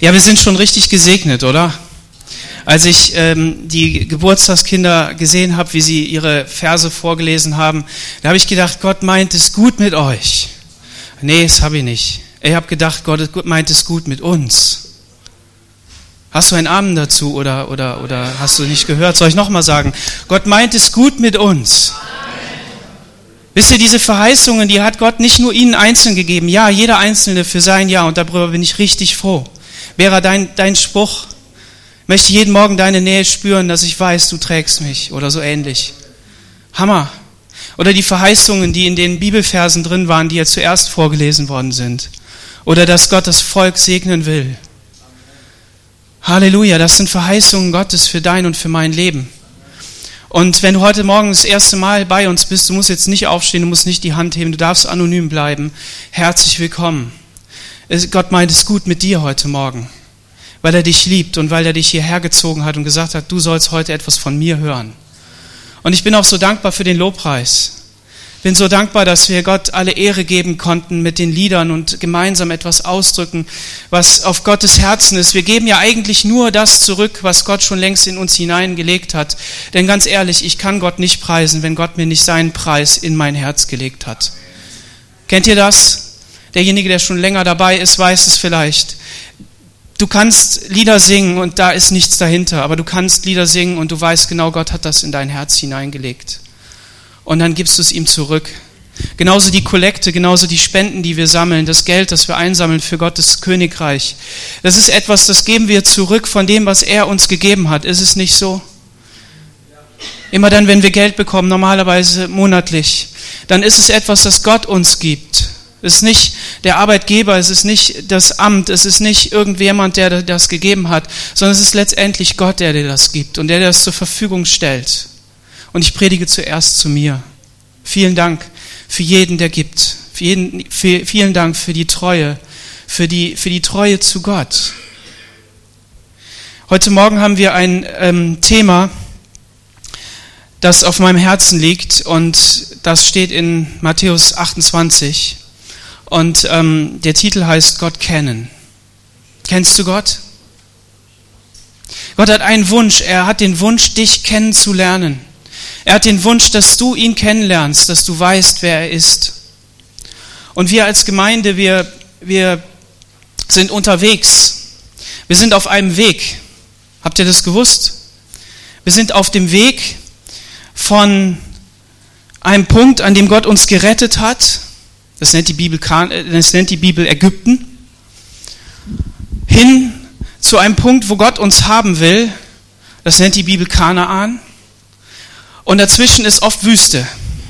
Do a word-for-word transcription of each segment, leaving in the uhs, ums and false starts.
Ja, wir sind schon richtig gesegnet, oder? Als ich ähm, die Geburtstagskinder gesehen habe, wie sie ihre Verse vorgelesen haben, da habe ich gedacht, Gott meint es gut mit euch. Nee, das habe ich nicht. Ich habe gedacht, Gott meint es gut mit uns. Hast du einen Amen dazu oder, oder, oder hast du nicht gehört? Soll ich nochmal sagen? Gott meint es gut mit uns. Wisst ihr, diese Verheißungen, die hat Gott nicht nur ihnen einzeln gegeben. Ja, jeder Einzelne für sein Ja, und darüber bin ich richtig froh. Wäre dein, dein Spruch, möchte jeden Morgen deine Nähe spüren, dass ich weiß, du trägst mich oder so ähnlich. Hammer. Oder die Verheißungen, die in den Bibelversen drin waren, die ja zuerst vorgelesen worden sind. Oder dass Gott das Volk segnen will. Halleluja, das sind Verheißungen Gottes für dein und für mein Leben. Und wenn du heute Morgen das erste Mal bei uns bist, du musst jetzt nicht aufstehen, du musst nicht die Hand heben, du darfst anonym bleiben. Herzlich willkommen. Gott meint es gut mit dir heute Morgen, weil er dich liebt und weil er dich hierher gezogen hat und gesagt hat, du sollst heute etwas von mir hören. Und ich bin auch so dankbar für den Lobpreis. Bin so dankbar, dass wir Gott alle Ehre geben konnten mit den Liedern und gemeinsam etwas ausdrücken, was auf Gottes Herzen ist. Wir geben ja eigentlich nur das zurück, was Gott schon längst in uns hineingelegt hat. Denn ganz ehrlich, ich kann Gott nicht preisen, wenn Gott mir nicht seinen Preis in mein Herz gelegt hat. Kennt ihr das? Derjenige, der schon länger dabei ist, weiß es vielleicht. Du kannst Lieder singen und da ist nichts dahinter, aber du kannst Lieder singen und du weißt genau, Gott hat das in dein Herz hineingelegt. Und dann gibst du es ihm zurück. Genauso die Kollekte, genauso die Spenden, die wir sammeln, das Geld, das wir einsammeln für Gottes Königreich. Das ist etwas, das geben wir zurück von dem, was er uns gegeben hat. Ist es nicht so? Immer dann, wenn wir Geld bekommen, normalerweise monatlich, dann ist es etwas, das Gott uns gibt. Es ist nicht der Arbeitgeber, es ist nicht das Amt, es ist nicht irgendjemand, der das gegeben hat, sondern es ist letztendlich Gott, der dir das gibt und der dir das zur Verfügung stellt. Und ich predige zuerst zu mir. Vielen Dank für jeden, der gibt. Für jeden, für, vielen Dank für die Treue, für die, für die Treue zu Gott. Heute Morgen haben wir ein ähm, Thema, das auf meinem Herzen liegt, und das steht in Matthäus achtundzwanzig. Und ähm, der Titel heißt Gott kennen. Kennst du Gott? Gott hat einen Wunsch. Er hat den Wunsch, dich kennenzulernen. Er hat den Wunsch, dass du ihn kennenlernst, dass du weißt, wer er ist. Und wir als Gemeinde, wir, wir sind unterwegs. Wir sind auf einem Weg. Habt ihr das gewusst? Wir sind auf dem Weg von einem Punkt, an dem Gott uns gerettet hat. Das nennt die Bibel, das nennt die Bibel Ägypten. Hin zu einem Punkt, wo Gott uns haben will. Das nennt die Bibel Kanaan. Und dazwischen ist oft Wüste.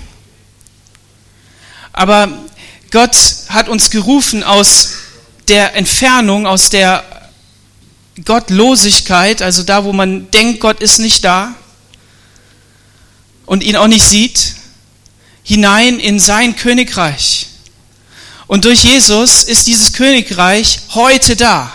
Aber Gott hat uns gerufen aus der Entfernung, aus der Gottlosigkeit, also da, wo man denkt, Gott ist nicht da und ihn auch nicht sieht, hinein in sein Königreich. Und durch Jesus ist dieses Königreich heute da.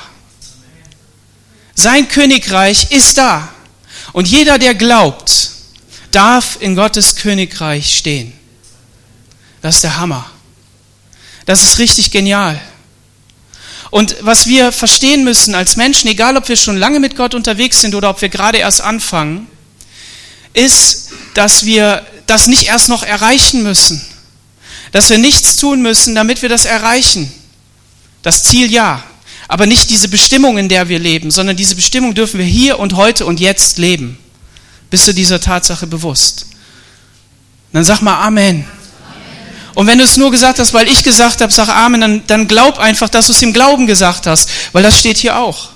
Sein Königreich ist da. Und jeder, der glaubt, darf in Gottes Königreich stehen. Das ist der Hammer. Das ist richtig genial. Und was wir verstehen müssen als Menschen, egal ob wir schon lange mit Gott unterwegs sind oder ob wir gerade erst anfangen, ist, dass wir das nicht erst noch erreichen müssen. Dass wir nichts tun müssen, damit wir das erreichen. Das Ziel ja, aber nicht diese Bestimmung, in der wir leben, sondern diese Bestimmung dürfen wir hier und heute und jetzt leben. Bist du dieser Tatsache bewusst? Dann sag mal Amen. Amen. Und wenn du es nur gesagt hast, weil ich gesagt habe, sag Amen, dann, dann glaub einfach, dass du es im Glauben gesagt hast, weil das steht hier auch.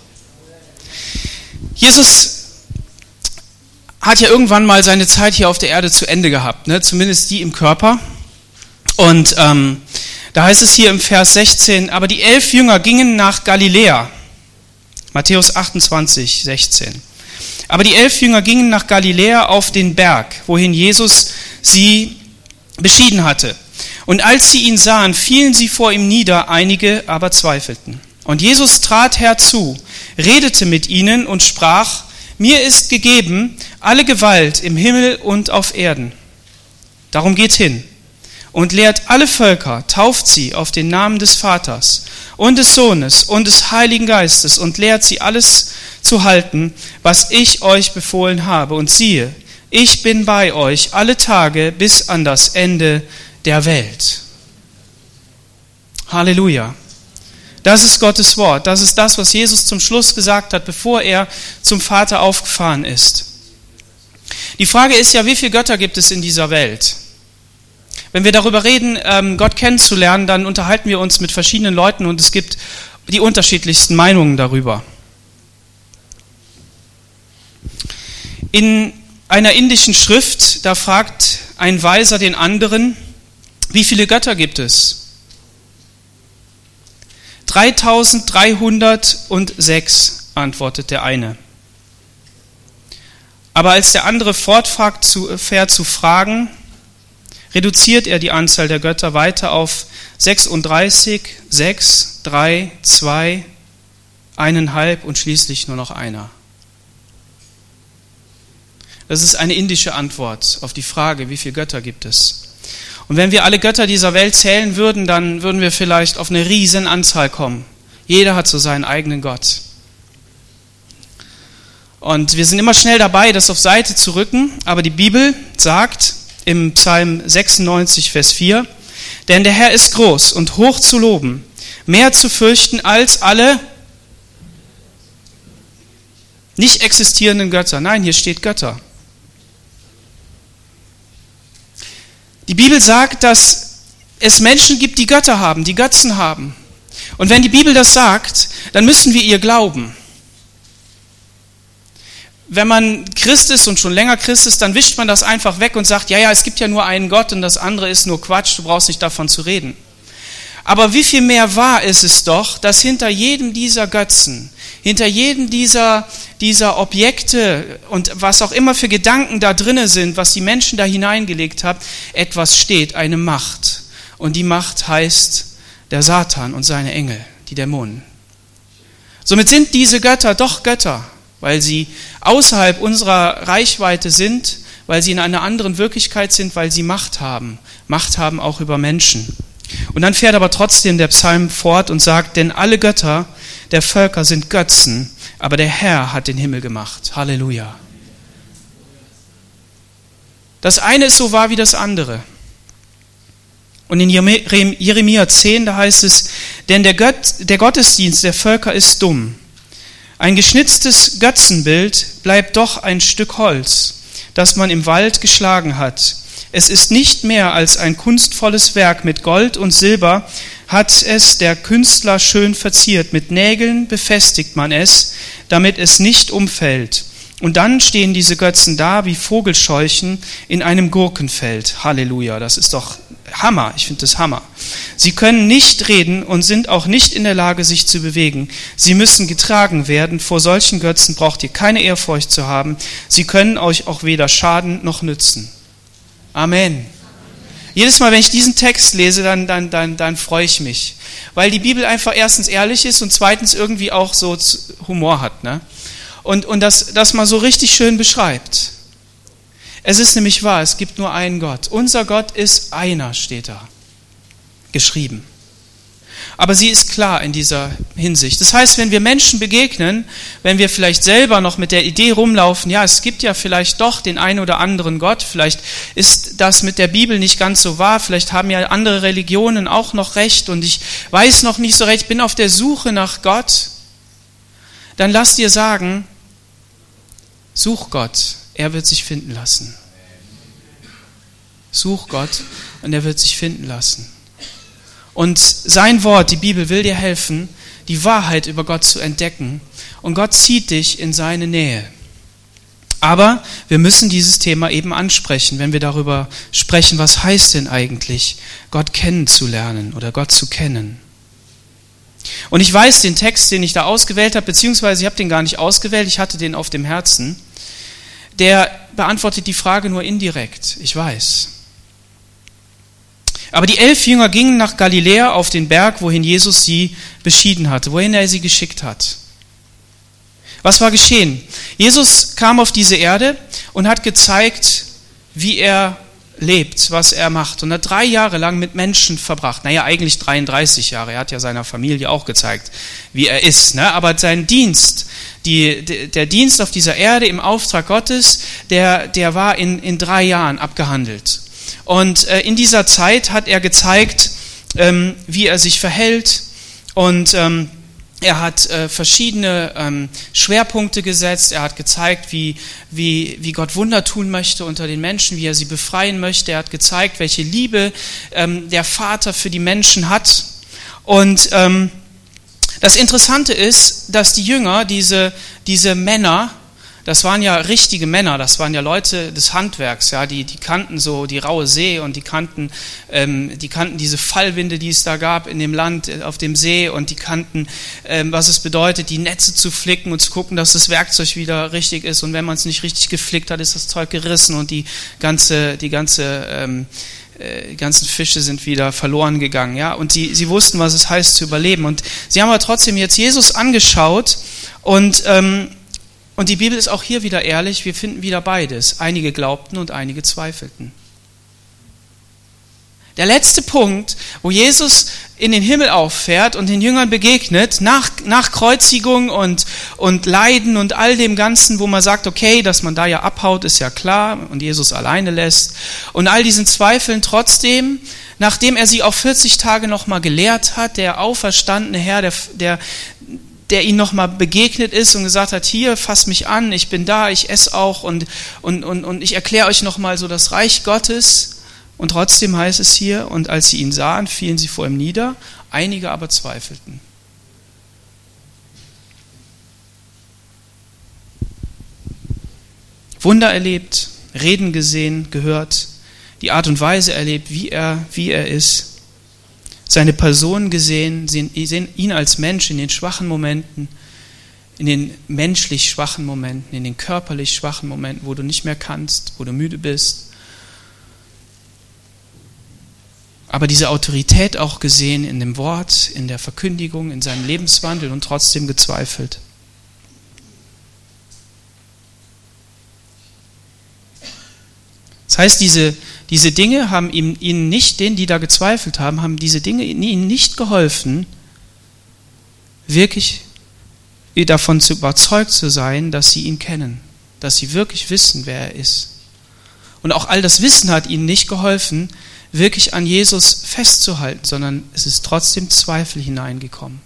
Jesus hat ja irgendwann mal seine Zeit hier auf der Erde zu Ende gehabt, ne? Zumindest die im Körper. Und ähm, da heißt es hier im Vers sechzehn, aber die elf Jünger gingen nach Galiläa. Matthäus achtundzwanzig, sechzehn. Aber die elf Jünger gingen nach Galiläa auf den Berg, wohin Jesus sie beschieden hatte. Und als sie ihn sahen, fielen sie vor ihm nieder, einige aber zweifelten. Und Jesus trat herzu, redete mit ihnen und sprach, mir ist gegeben alle Gewalt im Himmel und auf Erden. Darum geht hin und lehrt alle Völker, tauft sie auf den Namen des Vaters und des Sohnes und des Heiligen Geistes und lehrt sie alles zu halten, was ich euch befohlen habe. Und siehe, ich bin bei euch alle Tage bis an das Ende der Welt. Halleluja. Das ist Gottes Wort. Das ist das, was Jesus zum Schluss gesagt hat, bevor er zum Vater aufgefahren ist. Die Frage ist ja, wie viele Götter gibt es in dieser Welt? Wenn wir darüber reden, Gott kennenzulernen, dann unterhalten wir uns mit verschiedenen Leuten und es gibt die unterschiedlichsten Meinungen darüber. In einer indischen Schrift, da fragt ein Weiser den anderen, wie viele Götter gibt es? dreitausenddreihundertsechs, antwortet der eine. Aber als der andere fortfährt zu, fährt zu fragen, reduziert er die Anzahl der Götter weiter auf sechsunddreißig, sechs, drei, zwei, eineinhalb und schließlich nur noch einer. Das ist eine indische Antwort auf die Frage, wie viele Götter gibt es? Und wenn wir alle Götter dieser Welt zählen würden, dann würden wir vielleicht auf eine riesen Anzahl kommen. Jeder hat so seinen eigenen Gott. Und wir sind immer schnell dabei, das auf Seite zu rücken, aber die Bibel sagt im Psalm sechsundneunzig, Vers vier, denn der Herr ist groß und hoch zu loben, mehr zu fürchten als alle nicht existierenden Götter. Nein, hier steht Götter. Die Bibel sagt, dass es Menschen gibt, die Götter haben, die Götzen haben. Und wenn die Bibel das sagt, dann müssen wir ihr glauben. Wenn man Christ ist und schon länger Christ ist, dann wischt man das einfach weg und sagt, ja, ja, es gibt ja nur einen Gott und das andere ist nur Quatsch, du brauchst nicht davon zu reden. Aber wie viel mehr wahr ist es doch, dass hinter jedem dieser Götzen, hinter jedem dieser, dieser Objekte und was auch immer für Gedanken da drinne sind, was die Menschen da hineingelegt haben, etwas steht, eine Macht. Und die Macht heißt der Satan und seine Engel, die Dämonen. Somit sind diese Götter doch Götter, weil sie außerhalb unserer Reichweite sind, weil sie in einer anderen Wirklichkeit sind, weil sie Macht haben. Macht haben auch über Menschen. Und dann fährt aber trotzdem der Psalm fort und sagt, denn alle Götter der Völker sind Götzen, aber der Herr hat den Himmel gemacht. Halleluja. Das eine ist so wahr wie das andere. Und in Jeremia zehn, da heißt es, denn der, Gött, der Gottesdienst der Völker ist dumm. Ein geschnitztes Götzenbild bleibt doch ein Stück Holz, das man im Wald geschlagen hat. Es ist nicht mehr als ein kunstvolles Werk. Mit Gold und Silber hat es der Künstler schön verziert. Mit Nägeln befestigt man es, damit es nicht umfällt. Und dann stehen diese Götzen da wie Vogelscheuchen in einem Gurkenfeld. Halleluja, das ist doch Hammer, ich finde das Hammer. Sie können nicht reden und sind auch nicht in der Lage, sich zu bewegen. Sie müssen getragen werden. Vor solchen Götzen braucht ihr keine Ehrfurcht zu haben. Sie können euch auch weder schaden noch nützen. Amen. Jedes Mal, wenn ich diesen Text lese, dann, dann, dann, dann freue ich mich. Weil die Bibel einfach erstens ehrlich ist und zweitens irgendwie auch so Humor hat. Ne? Und, und das, das mal so richtig schön beschreibt. Es ist nämlich wahr, es gibt nur einen Gott. Unser Gott ist einer, steht da. Geschrieben. Aber sie ist klar in dieser Hinsicht. Das heißt, wenn wir Menschen begegnen, wenn wir vielleicht selber noch mit der Idee rumlaufen, ja, es gibt ja vielleicht doch den einen oder anderen Gott, vielleicht ist das mit der Bibel nicht ganz so wahr, vielleicht haben ja andere Religionen auch noch recht und ich weiß noch nicht so recht, ich bin auf der Suche nach Gott, dann lass dir sagen, such Gott, er wird sich finden lassen. Such Gott und er wird sich finden lassen. Und sein Wort, die Bibel, will dir helfen, die Wahrheit über Gott zu entdecken. Und Gott zieht dich in seine Nähe. Aber wir müssen dieses Thema eben ansprechen, wenn wir darüber sprechen, was heißt denn eigentlich, Gott kennenzulernen oder Gott zu kennen. Und ich weiß, den Text, den ich da ausgewählt habe, beziehungsweise ich habe den gar nicht ausgewählt, ich hatte den auf dem Herzen, der beantwortet die Frage nur indirekt, ich weiß. Aber die elf Jünger gingen nach Galiläa auf den Berg, wohin Jesus sie beschieden hatte, wohin er sie geschickt hat. Was war geschehen? Jesus kam auf diese Erde und hat gezeigt, wie er lebt, was er macht. Und er hat drei Jahre lang mit Menschen verbracht. Naja, eigentlich dreiunddreißig Jahre. Er hat ja seiner Familie auch gezeigt, wie er ist. Ne? Aber sein Dienst, die, der Dienst auf dieser Erde im Auftrag Gottes, der, der war in, in drei Jahren abgehandelt. Und äh, in dieser Zeit hat er gezeigt, ähm, wie er sich verhält. Und ähm, er hat äh, verschiedene ähm, Schwerpunkte gesetzt. Er hat gezeigt, wie, wie, wie Gott Wunder tun möchte unter den Menschen, wie er sie befreien möchte. Er hat gezeigt, welche Liebe ähm, der Vater für die Menschen hat. Und ähm, das Interessante ist, dass die Jünger, diese, diese Männer, das waren ja richtige Männer, das waren ja Leute des Handwerks, ja, die, die kannten so die raue See und die kannten, ähm, die kannten diese Fallwinde, die es da gab in dem Land, auf dem See, und die kannten, ähm, was es bedeutet, die Netze zu flicken und zu gucken, dass das Werkzeug wieder richtig ist, und wenn man es nicht richtig geflickt hat, ist das Zeug gerissen und die ganze, die ganze, ähm, die ganzen Fische sind wieder verloren gegangen, ja, und sie, sie wussten, was es heißt zu überleben, und sie haben aber trotzdem jetzt Jesus angeschaut, und ähm, Und die Bibel ist auch hier wieder ehrlich, wir finden wieder beides. Einige glaubten und einige zweifelten. Der letzte Punkt, wo Jesus in den Himmel auffährt und den Jüngern begegnet, nach, nach Kreuzigung und, und Leiden und all dem Ganzen, wo man sagt, okay, dass man da ja abhaut, ist ja klar, und Jesus alleine lässt. Und all diesen Zweifeln trotzdem, nachdem er sie auf vierzig Tage nochmal gelehrt hat, der auferstandene Herr, der, der der ihnen nochmal begegnet ist und gesagt hat, hier, fass mich an, ich bin da, ich esse auch und, und, und, und ich erkläre euch nochmal so das Reich Gottes. Und trotzdem heißt es hier, und als sie ihn sahen, fielen sie vor ihm nieder, einige aber zweifelten. Wunder erlebt, Reden gesehen, gehört, die Art und Weise erlebt, wie er, wie er ist. Seine Person gesehen, sehen ihn als Mensch in den schwachen Momenten, in den menschlich schwachen Momenten, in den körperlich schwachen Momenten, wo du nicht mehr kannst, wo du müde bist. Aber diese Autorität auch gesehen in dem Wort, in der Verkündigung, in seinem Lebenswandel, und trotzdem gezweifelt. Das heißt, diese, diese Dinge haben ihm, ihnen nicht, denen, die da gezweifelt haben, haben diese Dinge ihnen nicht geholfen, wirklich davon zu überzeugt zu sein, dass sie ihn kennen, dass sie wirklich wissen, wer er ist. Und auch all das Wissen hat ihnen nicht geholfen, wirklich an Jesus festzuhalten, sondern es ist trotzdem Zweifel hineingekommen.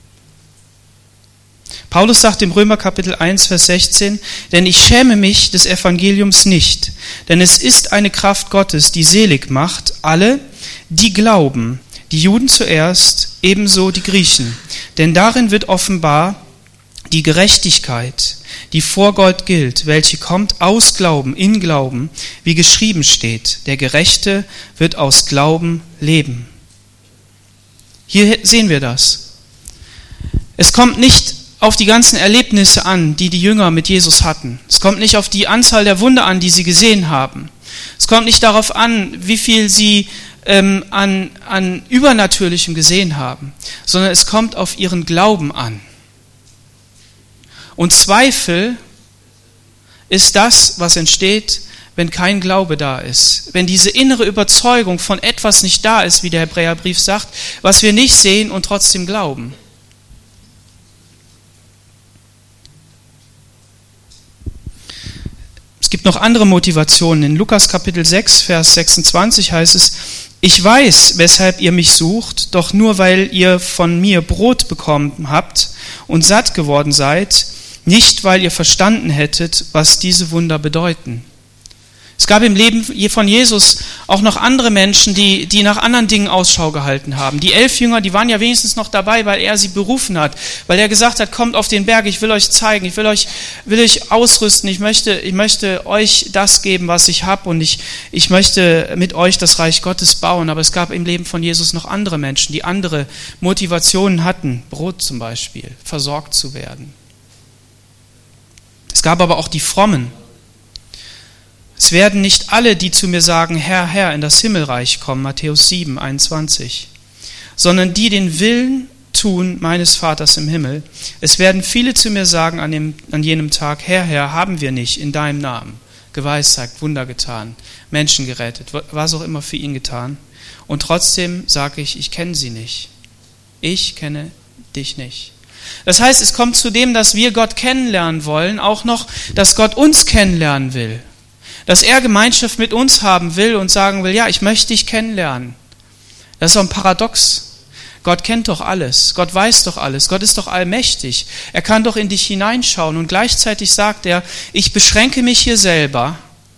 Paulus sagt im Römer Kapitel eins, Vers sechzehn, denn ich schäme mich des Evangeliums nicht, denn es ist eine Kraft Gottes, die selig macht, alle, die glauben, die Juden zuerst, ebenso die Griechen. Denn darin wird offenbar die Gerechtigkeit, die vor Gott gilt, welche kommt aus Glauben, in Glauben, wie geschrieben steht, der Gerechte wird aus Glauben leben. Hier sehen wir das. Es kommt nicht auf die ganzen Erlebnisse an, die die Jünger mit Jesus hatten. Es kommt nicht auf die Anzahl der Wunder an, die sie gesehen haben. Es kommt nicht darauf an, wie viel sie ähm, an, an Übernatürlichem gesehen haben, sondern es kommt auf ihren Glauben an. Und Zweifel ist das, was entsteht, wenn kein Glaube da ist. Wenn diese innere Überzeugung von etwas nicht da ist, wie der Hebräerbrief sagt, was wir nicht sehen und trotzdem glauben. Es gibt noch andere Motivationen. In Lukas Kapitel sechs, Vers sechsundzwanzig heißt es, ich weiß, weshalb ihr mich sucht, doch nur weil ihr von mir Brot bekommen habt und satt geworden seid, nicht weil ihr verstanden hättet, was diese Wunder bedeuten. Es gab im Leben von Jesus auch noch andere Menschen, die, die nach anderen Dingen Ausschau gehalten haben. Die elf Jünger, die waren ja wenigstens noch dabei, weil er sie berufen hat, weil er gesagt hat, kommt auf den Berg, ich will euch zeigen, ich will euch, will euch ausrüsten, ich möchte, ich möchte euch das geben, was ich habe, und ich, ich möchte mit euch das Reich Gottes bauen. Aber es gab im Leben von Jesus noch andere Menschen, die andere Motivationen hatten, Brot zum Beispiel, versorgt zu werden. Es gab aber auch die Frommen. Es werden nicht alle, die zu mir sagen, Herr, Herr, in das Himmelreich kommen, Matthäus sieben, einundzwanzig, sondern die den Willen tun meines Vaters im Himmel. Es werden viele zu mir sagen an, dem, an jenem Tag, Herr, Herr, haben wir nicht in deinem Namen geweissagt, Wunder getan, Menschen gerettet, was auch immer für ihn getan. Und trotzdem sage ich, ich kenne sie nicht. Ich kenne dich nicht. Das heißt, es kommt zu dem, dass wir Gott kennenlernen wollen, auch noch, dass Gott uns kennenlernen will. Dass er Gemeinschaft mit uns haben will und sagen will, ja, ich möchte dich kennenlernen. Das ist doch ein Paradox. Gott kennt doch alles. Gott weiß doch alles. Gott ist doch allmächtig. Er kann doch in dich hineinschauen. Und gleichzeitig sagt er, ich beschränke mich hier selber.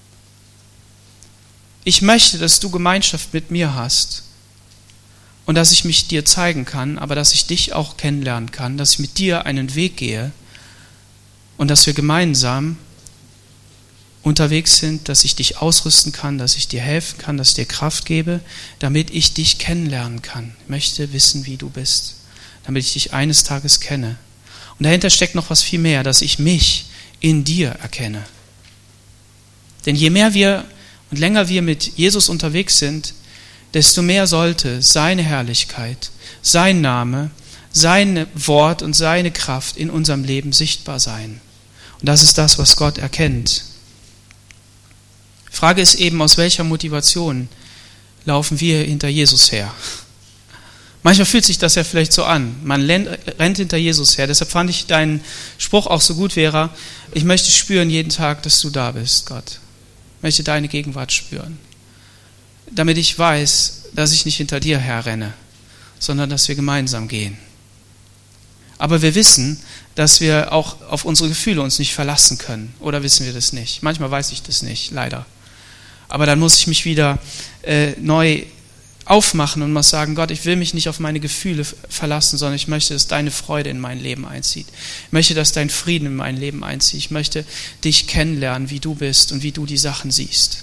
Ich möchte, dass du Gemeinschaft mit mir hast. Und dass ich mich dir zeigen kann, aber dass ich dich auch kennenlernen kann, dass ich mit dir einen Weg gehe und dass wir gemeinsam unterwegs sind, dass ich dich ausrüsten kann, dass ich dir helfen kann, dass ich dir Kraft gebe, damit ich dich kennenlernen kann. Ich möchte wissen, wie du bist, damit ich dich eines Tages kenne. Und dahinter steckt noch was viel mehr, dass ich mich in dir erkenne. Denn je mehr wir und länger wir mit Jesus unterwegs sind, desto mehr sollte seine Herrlichkeit, sein Name, sein Wort und seine Kraft in unserem Leben sichtbar sein. Und das ist das, was Gott erkennt. Die Frage ist eben, aus welcher Motivation laufen wir hinter Jesus her? Manchmal fühlt sich das ja vielleicht so an. Man rennt hinter Jesus her. Deshalb fand ich deinen Spruch auch so gut, Vera. Ich möchte spüren jeden Tag, dass du da bist, Gott. Ich möchte deine Gegenwart spüren. Damit ich weiß, dass ich nicht hinter dir herrenne, sondern dass wir gemeinsam gehen. Aber wir wissen, dass wir auch auf unsere Gefühle uns nicht verlassen können. Oder wissen wir das nicht? Manchmal weiß ich das nicht, leider. Aber dann muss ich mich wieder äh, neu aufmachen und muss sagen, Gott, ich will mich nicht auf meine Gefühle verlassen, sondern ich möchte, dass deine Freude in mein Leben einzieht. Ich möchte, dass dein Frieden in mein Leben einzieht. Ich möchte dich kennenlernen, wie du bist und wie du die Sachen siehst.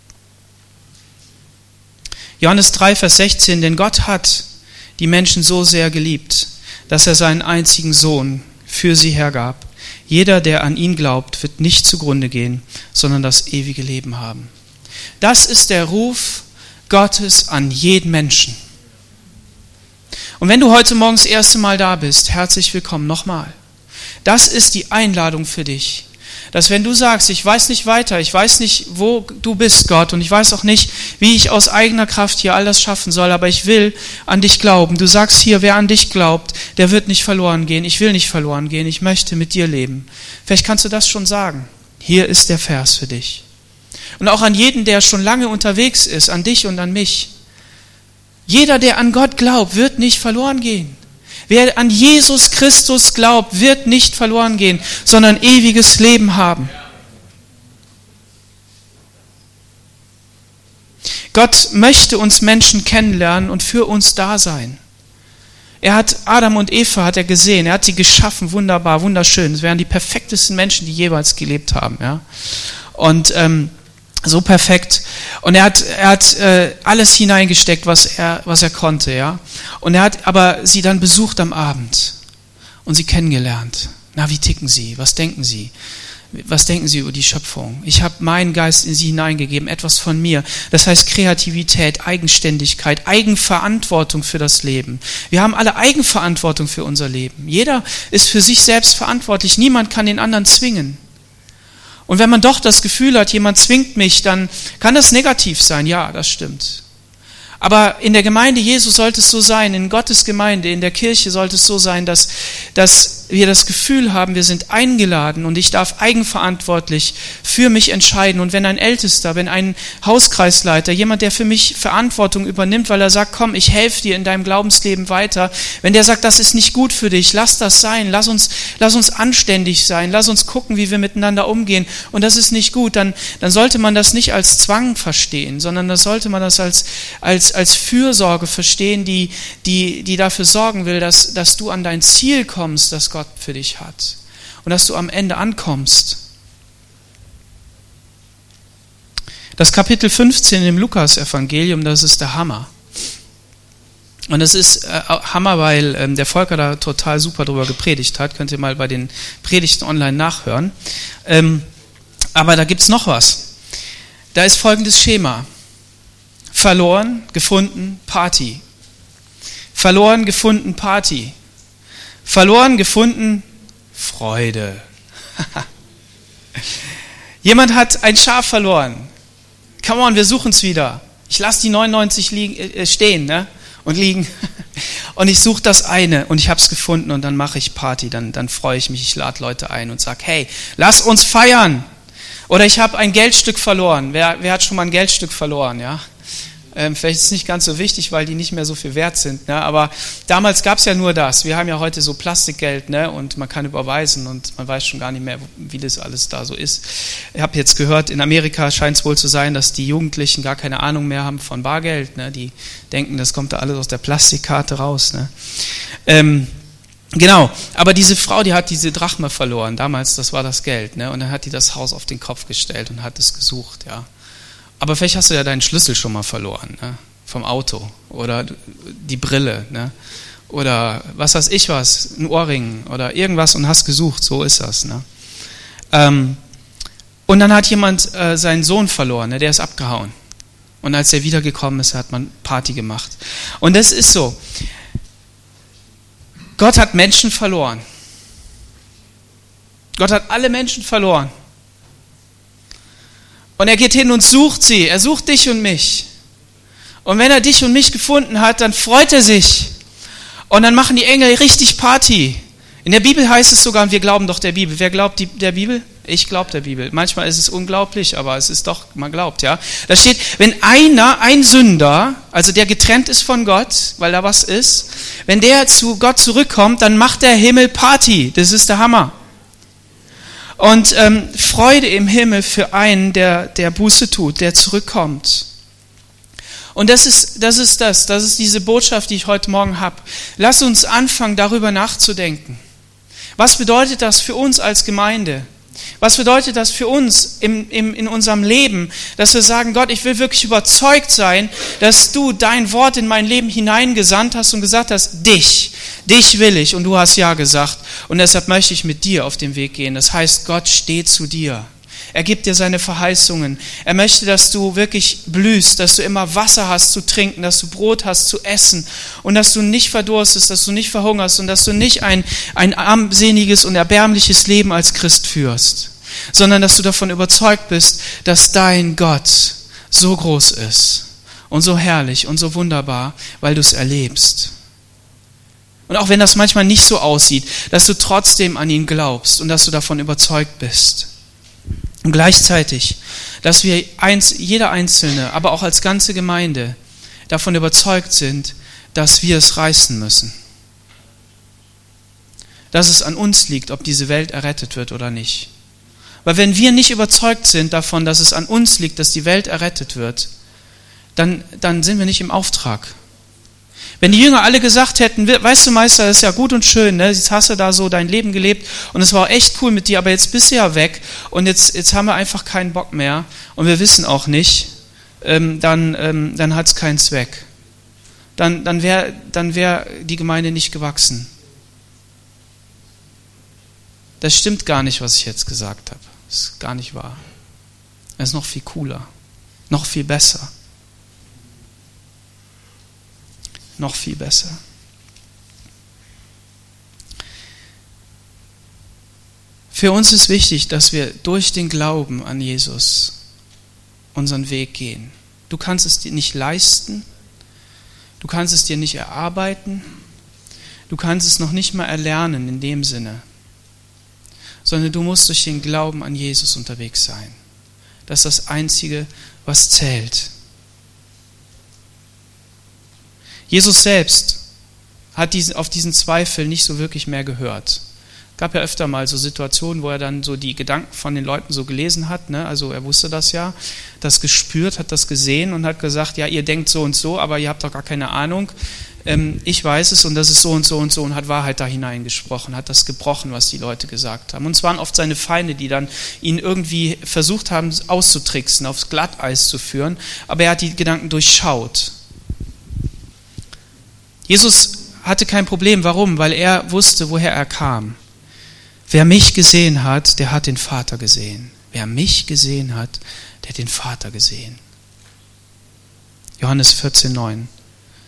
Johannes drei, Vers sechzehn, denn Gott hat die Menschen so sehr geliebt, dass er seinen einzigen Sohn für sie hergab. Jeder, der an ihn glaubt, wird nicht zugrunde gehen, sondern das ewige Leben haben. Das ist der Ruf Gottes an jeden Menschen. Und wenn du heute Morgen das erste Mal da bist, herzlich willkommen nochmal. Das ist die Einladung für dich. Dass wenn du sagst, ich weiß nicht weiter, ich weiß nicht, wo du bist, Gott, und ich weiß auch nicht, wie ich aus eigener Kraft hier all das schaffen soll, aber ich will an dich glauben. Du sagst hier, wer an dich glaubt, der wird nicht verloren gehen. Ich will nicht verloren gehen, ich möchte mit dir leben. Vielleicht kannst du das schon sagen. Hier ist der Vers für dich. Und auch an jeden, der schon lange unterwegs ist, an dich und an mich. Jeder, der an Gott glaubt, wird nicht verloren gehen. Wer an Jesus Christus glaubt, wird nicht verloren gehen, sondern ewiges Leben haben. Gott möchte uns Menschen kennenlernen und für uns da sein. Er hat Adam und Eva hat er gesehen, er hat sie geschaffen, wunderbar, wunderschön. Es wären die perfektesten Menschen, die jemals gelebt haben. Ja? Und ähm, so perfekt. Und er hat, er hat äh, alles hineingesteckt, was er, was er konnte. Ja? Und er hat aber sie dann besucht am Abend und sie kennengelernt. Na, wie ticken sie? Was denken sie? Was denken sie über die Schöpfung? Ich habe meinen Geist in sie hineingegeben, etwas von mir. Das heißt Kreativität, Eigenständigkeit, Eigenverantwortung für das Leben. Wir haben alle Eigenverantwortung für unser Leben. Jeder ist für sich selbst verantwortlich. Niemand kann den anderen zwingen. Und wenn man doch das Gefühl hat, jemand zwingt mich, dann kann das negativ sein. Ja, das stimmt. Aber in der Gemeinde Jesus sollte es so sein, in Gottes Gemeinde, in der Kirche sollte es so sein, dass, dass wir das Gefühl haben, wir sind eingeladen und ich darf eigenverantwortlich für mich entscheiden. Und wenn ein Ältester, wenn ein Hauskreisleiter, jemand, der für mich Verantwortung übernimmt, weil er sagt, komm, ich helfe dir in deinem Glaubensleben weiter, wenn der sagt, das ist nicht gut für dich, lass das sein, lass uns, lass uns anständig sein, lass uns gucken, wie wir miteinander umgehen und das ist nicht gut, dann, dann sollte man das nicht als Zwang verstehen, sondern das sollte man das als, als, als Fürsorge verstehen, die, die, die dafür sorgen will, dass, dass du an dein Ziel kommst, das Gott für dich hat und dass du am Ende ankommst. Das Kapitel fünfzehn im Lukas-Evangelium, das ist der Hammer. Und das ist äh, Hammer, weil ähm, der Volker da total super drüber gepredigt hat. Könnt ihr mal bei den Predigten online nachhören. Ähm, aber da gibt es noch was. Da ist folgendes Schema. Verloren, gefunden, Party. Verloren, gefunden, Party. Verloren, gefunden, Freude. Jemand hat ein Schaf verloren. Come on, wir suchen es wieder. Ich lasse die neunundneunzig liegen, äh, stehen, ne? Und liegen. Und ich suche das eine und ich habe es gefunden und dann mache ich Party. Dann, dann freue ich mich, ich lade Leute ein und sage, hey, lass uns feiern. Oder ich habe ein Geldstück verloren. Wer, wer hat schon mal ein Geldstück verloren? Ja? Ähm, vielleicht ist es nicht ganz so wichtig, weil die nicht mehr so viel wert sind. Ne? Aber damals gab es ja nur das. Wir haben ja heute so Plastikgeld, ne? Und man kann überweisen und man weiß schon gar nicht mehr, wie das alles da so ist. Ich habe jetzt gehört, in Amerika scheint es wohl zu sein, dass die Jugendlichen gar keine Ahnung mehr haben von Bargeld. Ne? Die denken, das kommt da alles aus der Plastikkarte raus. Ne? Ähm, Genau, aber diese Frau, die hat diese Drachme verloren, damals, das war das Geld, ne? Und dann hat die das Haus auf den Kopf gestellt und hat es gesucht, ja. Aber vielleicht hast du ja deinen Schlüssel schon mal verloren, ne? Vom Auto oder die Brille, ne? Oder was weiß ich was, ein Ohrring oder irgendwas und hast gesucht, so ist das, ne? Ähm, und dann hat jemand äh, seinen Sohn verloren, ne? Der ist abgehauen. Und als er wiedergekommen ist, hat man Party gemacht. Und das ist so. Gott hat Menschen verloren. Gott hat alle Menschen verloren. Und er geht hin und sucht sie. Er sucht dich und mich. Und wenn er dich und mich gefunden hat, dann freut er sich. Und dann machen die Engel richtig Party. In der Bibel heißt es sogar, und wir glauben doch der Bibel. Wer glaubt die, der Bibel? Ich glaube der Bibel. Manchmal ist es unglaublich, aber es ist doch, man glaubt, ja. Da steht, wenn einer, ein Sünder, also der getrennt ist von Gott, weil da was ist, wenn der zu Gott zurückkommt, dann macht der Himmel Party. Das ist der Hammer. Und ähm, Freude im Himmel für einen, der, der Buße tut, der zurückkommt. Und das ist, das ist das, das ist diese Botschaft, die ich heute Morgen habe. Lass uns anfangen, darüber nachzudenken. Was bedeutet das für uns als Gemeinde? Was bedeutet das für uns im, im, in unserem Leben, dass wir sagen, Gott, ich will wirklich überzeugt sein, dass du dein Wort in mein Leben hineingesandt hast und gesagt hast, dich, dich will ich, und du hast ja gesagt, und deshalb möchte ich mit dir auf den Weg gehen. Das heißt, Gott steht zu dir. Er gibt dir seine Verheißungen. Er möchte, dass du wirklich blühst, dass du immer Wasser hast zu trinken, dass du Brot hast zu essen und dass du nicht verdurstest, dass du nicht verhungerst und dass du nicht ein, ein armseliges und erbärmliches Leben als Christ führst, sondern dass du davon überzeugt bist, dass dein Gott so groß ist und so herrlich und so wunderbar, weil du es erlebst. Und auch wenn das manchmal nicht so aussieht, dass du trotzdem an ihn glaubst und dass du davon überzeugt bist. Und gleichzeitig, dass wir eins, jeder Einzelne, aber auch als ganze Gemeinde davon überzeugt sind, dass wir es reißen müssen. Dass es an uns liegt, ob diese Welt errettet wird oder nicht. Weil wenn wir nicht überzeugt sind davon, dass es an uns liegt, dass die Welt errettet wird, dann, dann sind wir nicht im Auftrag. Wenn die Jünger alle gesagt hätten, weißt du Meister, das ist ja gut und schön, ne? Jetzt hast du da so dein Leben gelebt und es war auch echt cool mit dir, aber jetzt bist du ja weg und jetzt, jetzt haben wir einfach keinen Bock mehr und wir wissen auch nicht, ähm, dann, ähm, dann hat es keinen Zweck. Dann, dann wäre dann wär die Gemeinde nicht gewachsen. Das stimmt gar nicht, was ich jetzt gesagt habe. Das ist gar nicht wahr. Das ist noch viel cooler, noch viel besser. Noch viel besser. Für uns ist wichtig, dass wir durch den Glauben an Jesus unseren Weg gehen. Du kannst es dir nicht leisten, du kannst es dir nicht erarbeiten, du kannst es noch nicht mal erlernen in dem Sinne, sondern du musst durch den Glauben an Jesus unterwegs sein. Das ist das Einzige, was zählt. Jesus selbst hat diesen, auf diesen Zweifel nicht so wirklich mehr gehört. Es gab ja öfter mal so Situationen, wo er dann so die Gedanken von den Leuten so gelesen hat, ne? Also er wusste das ja, das gespürt, hat das gesehen und hat gesagt, ja, ihr denkt so und so, aber ihr habt doch gar keine Ahnung. Ähm, ich weiß es und das ist so und so und so und hat Wahrheit da hineingesprochen, hat das gebrochen, was die Leute gesagt haben. Und es waren oft seine Feinde, die dann ihn irgendwie versucht haben auszutricksen, aufs Glatteis zu führen, aber er hat die Gedanken durchschaut. Jesus hatte kein Problem. Warum? Weil er wusste, woher er kam. Wer mich gesehen hat, der hat den Vater gesehen. Wer mich gesehen hat, der hat den Vater gesehen. Johannes vierzehn, neun.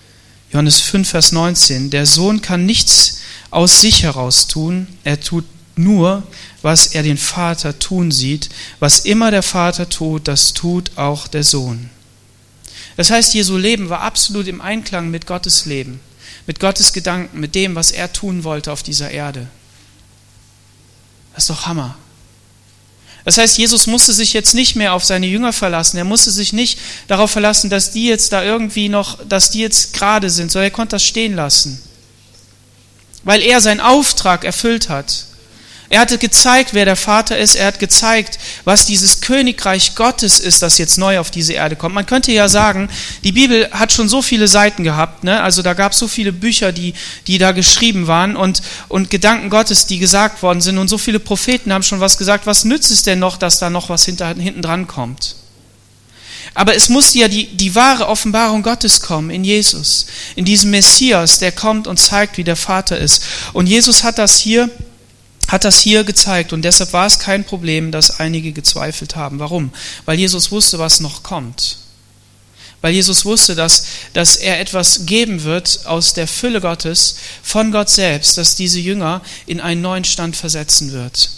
Johannes fünf, Vers neunzehn. Der Sohn kann nichts aus sich heraus tun. Er tut nur, was er den Vater tun sieht. Was immer der Vater tut, das tut auch der Sohn. Das heißt, Jesu Leben war absolut im Einklang mit Gottes Leben, mit Gottes Gedanken, mit dem, was er tun wollte auf dieser Erde. Das ist doch Hammer. Das heißt, Jesus musste sich jetzt nicht mehr auf seine Jünger verlassen. Er musste sich nicht darauf verlassen, dass die jetzt da irgendwie noch, dass die jetzt gerade sind, sondern er konnte das stehen lassen. Weil er seinen Auftrag erfüllt hat. Er hatte gezeigt, wer der Vater ist. Er hat gezeigt, was dieses Königreich Gottes ist, das jetzt neu auf diese Erde kommt. Man könnte ja sagen, die Bibel hat schon so viele Seiten gehabt, ne? Also da gab es so viele Bücher, die, die da geschrieben waren und, und Gedanken Gottes, die gesagt worden sind. Und so viele Propheten haben schon was gesagt. Was nützt es denn noch, dass da noch was hinter, hinten dran kommt? Aber es musste ja die, die wahre Offenbarung Gottes kommen in Jesus, in diesem Messias, der kommt und zeigt, wie der Vater ist. Und Jesus hat das hier hat das hier gezeigt und deshalb war es kein Problem, dass einige gezweifelt haben. Warum? Weil Jesus wusste, was noch kommt. Weil Jesus wusste, dass, dass er etwas geben wird aus der Fülle Gottes, von Gott selbst, dass diese Jünger in einen neuen Stand versetzen wird.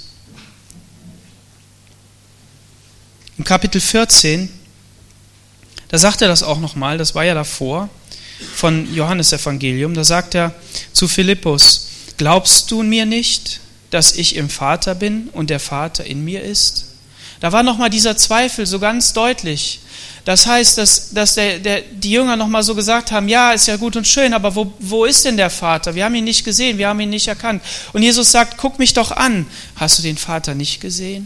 Im Kapitel vierzehn, da sagt er das auch nochmal, das war ja davor, von Johannes Evangelium, da sagt er zu Philippus, glaubst du mir nicht, dass ich im Vater bin und der Vater in mir ist? Da war nochmal dieser Zweifel so ganz deutlich. Das heißt, dass, dass der, der, die Jünger nochmal so gesagt haben, ja, ist ja gut und schön, aber wo, wo ist denn der Vater? Wir haben ihn nicht gesehen, wir haben ihn nicht erkannt. Und Jesus sagt, guck mich doch an. Hast du den Vater nicht gesehen?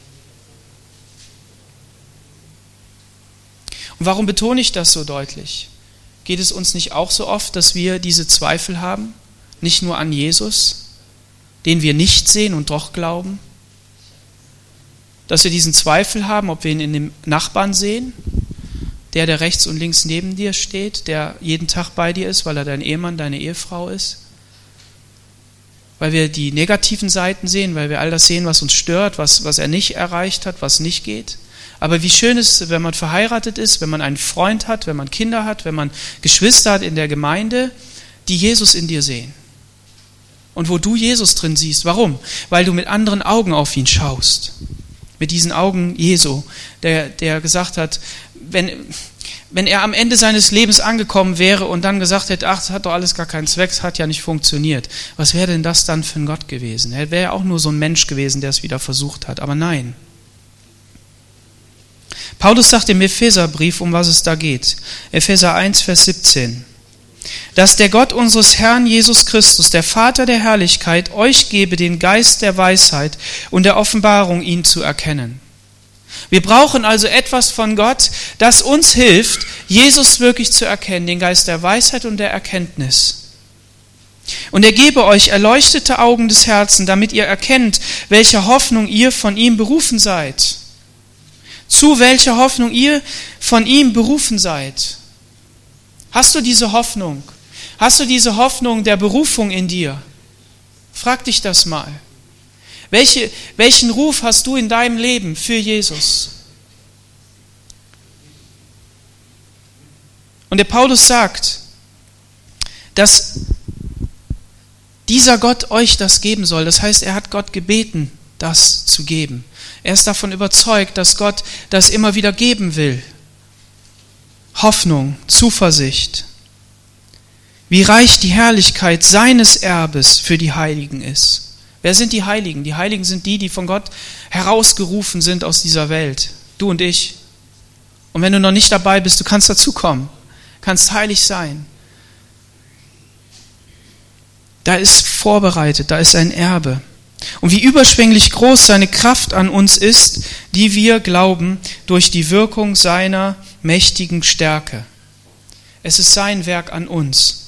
Und warum betone ich das so deutlich? Geht es uns nicht auch so oft, dass wir diese Zweifel haben? Nicht nur an Jesus, den wir nicht sehen und doch glauben? Dass wir diesen Zweifel haben, ob wir ihn in dem Nachbarn sehen, der, der rechts und links neben dir steht, der jeden Tag bei dir ist, weil er dein Ehemann, deine Ehefrau ist? Weil wir die negativen Seiten sehen, weil wir all das sehen, was uns stört, was, was er nicht erreicht hat, was nicht geht. Aber wie schön ist es, wenn man verheiratet ist, wenn man einen Freund hat, wenn man Kinder hat, wenn man Geschwister hat in der Gemeinde, die Jesus in dir sehen. Und wo du Jesus drin siehst. Warum? Weil du mit anderen Augen auf ihn schaust. Mit diesen Augen Jesu, der, der gesagt hat, wenn, wenn er am Ende seines Lebens angekommen wäre und dann gesagt hätte, ach, das hat doch alles gar keinen Zweck, es hat ja nicht funktioniert. Was wäre denn das dann für ein Gott gewesen? Er wäre ja auch nur so ein Mensch gewesen, der es wieder versucht hat. Aber nein. Paulus sagt im Epheserbrief, um was es da geht. Epheser eins, Vers siebzehn. Dass der Gott unseres Herrn Jesus Christus, der Vater der Herrlichkeit, euch gebe den Geist der Weisheit und der Offenbarung, ihn zu erkennen. Wir brauchen also etwas von Gott, das uns hilft, Jesus wirklich zu erkennen, den Geist der Weisheit und der Erkenntnis. Und er gebe euch erleuchtete Augen des Herzens, damit ihr erkennt, welche Hoffnung ihr von ihm berufen seid. Zu welcher Hoffnung ihr von ihm berufen seid. Hast du diese Hoffnung? Hast du diese Hoffnung der Berufung in dir? Frag dich das mal. Welche, welchen Ruf hast du in deinem Leben für Jesus? Und der Paulus sagt, dass dieser Gott euch das geben soll. Das heißt, er hat Gott gebeten, das zu geben. Er ist davon überzeugt, dass Gott das immer wieder geben will. Hoffnung, Zuversicht. Wie reich die Herrlichkeit seines Erbes für die Heiligen ist. Wer sind die Heiligen? Die Heiligen sind die, die von Gott herausgerufen sind aus dieser Welt. Du und ich. Und wenn du noch nicht dabei bist, du kannst dazukommen. Kannst heilig sein. Da ist vorbereitet, da ist ein Erbe. Und wie überschwänglich groß seine Kraft an uns ist, die wir glauben, durch die Wirkung seiner mächtigen Stärke. Es ist sein Werk an uns.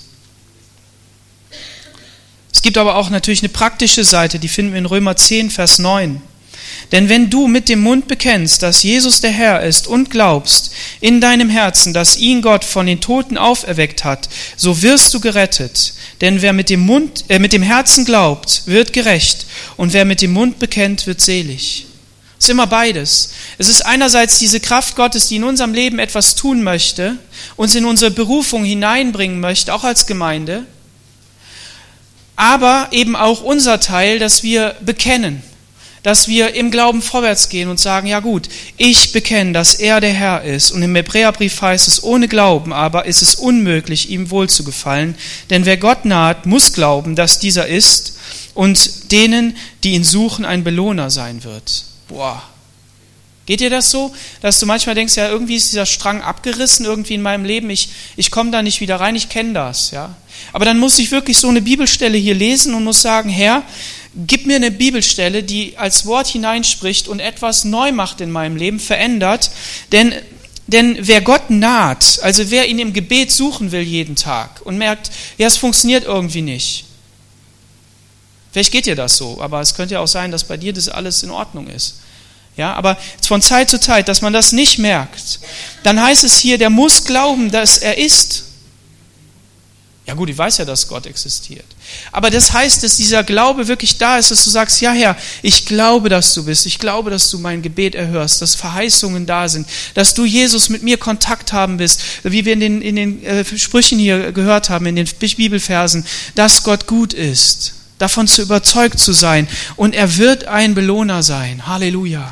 Es gibt aber auch natürlich eine praktische Seite, die finden wir in Römer zehn, Vers neun. Denn wenn du mit dem Mund bekennst, dass Jesus der Herr ist und glaubst in deinem Herzen, dass ihn Gott von den Toten auferweckt hat, so wirst du gerettet. Denn wer mit dem Mund, äh, mit dem Herzen glaubt, wird gerecht und wer mit dem Mund bekennt, wird selig. Es ist immer beides. Es ist einerseits diese Kraft Gottes, die in unserem Leben etwas tun möchte, uns in unsere Berufung hineinbringen möchte, auch als Gemeinde. aber eben auch unser Teil, dass wir bekennen, dass wir im Glauben vorwärts gehen und sagen, ja gut, ich bekenne, dass er der Herr ist. Und im Hebräerbrief heißt es, ohne Glauben aber ist es unmöglich, ihm wohlzugefallen. Denn wer Gott naht, muss glauben, dass dieser ist und denen, die ihn suchen, ein Belohner sein wird. Boah. Geht dir das so, dass du manchmal denkst, ja, irgendwie ist dieser Strang abgerissen, irgendwie in meinem Leben, ich, ich komme da nicht wieder rein, ich kenne das. Ja. Aber dann muss ich wirklich so eine Bibelstelle hier lesen und muss sagen, Herr, gib mir eine Bibelstelle, die als Wort hineinspricht und etwas neu macht in meinem Leben, verändert. Denn, denn wer Gott naht, also wer ihn im Gebet suchen will jeden Tag und merkt, ja, es funktioniert irgendwie nicht. Vielleicht geht dir das so, aber es könnte ja auch sein, dass bei dir das alles in Ordnung ist. Ja, aber von Zeit zu Zeit, dass man das nicht merkt, dann heißt es hier, der muss glauben, dass er ist. Ja gut, ich weiß ja, dass Gott existiert. Aber das heißt, dass dieser Glaube wirklich da ist, dass du sagst, ja Herr, ich glaube, dass du bist. Ich glaube, dass du mein Gebet erhörst, dass Verheißungen da sind, dass du, Jesus, mit mir Kontakt haben willst, wie wir in den, in den äh, Sprüchen hier gehört haben, in den Bibelversen, dass Gott gut ist, davon zu überzeugt zu sein. Und er wird ein Belohner sein. Halleluja.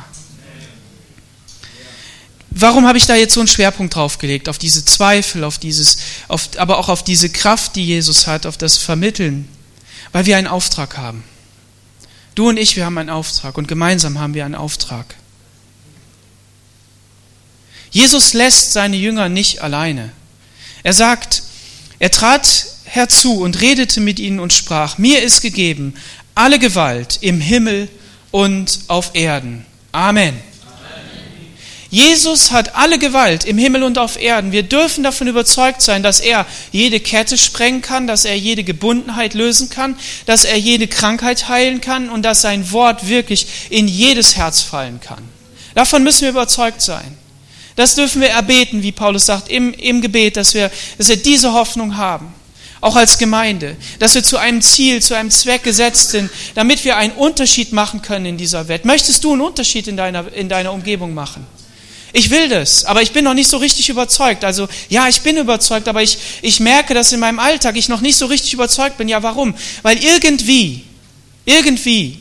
Warum habe ich da jetzt so einen Schwerpunkt drauf gelegt? Auf diese Zweifel, auf dieses, auf, aber auch auf diese Kraft, die Jesus hat, auf das Vermitteln. Weil wir einen Auftrag haben. Du und ich, wir haben einen Auftrag und gemeinsam haben wir einen Auftrag. Jesus lässt seine Jünger nicht alleine. Er sagt, er trat herzu und redete mit ihnen und sprach, mir ist gegeben alle Gewalt im Himmel und auf Erden. Amen. Jesus hat alle Gewalt im Himmel und auf Erden. Wir dürfen davon überzeugt sein, dass er jede Kette sprengen kann, dass er jede Gebundenheit lösen kann, dass er jede Krankheit heilen kann und dass sein Wort wirklich in jedes Herz fallen kann. Davon müssen wir überzeugt sein. Das dürfen wir erbeten, wie Paulus sagt, im, im Gebet, dass wir, dass wir diese Hoffnung haben. Auch als Gemeinde, dass wir zu einem Ziel, zu einem Zweck gesetzt sind, damit wir einen Unterschied machen können in dieser Welt. Möchtest du einen Unterschied in deiner, in deiner Umgebung machen? Ich will das, aber ich bin noch nicht so richtig überzeugt. Also ja, ich bin überzeugt, aber ich, ich merke, dass in meinem Alltag ich noch nicht so richtig überzeugt bin. Ja, warum? Weil irgendwie, irgendwie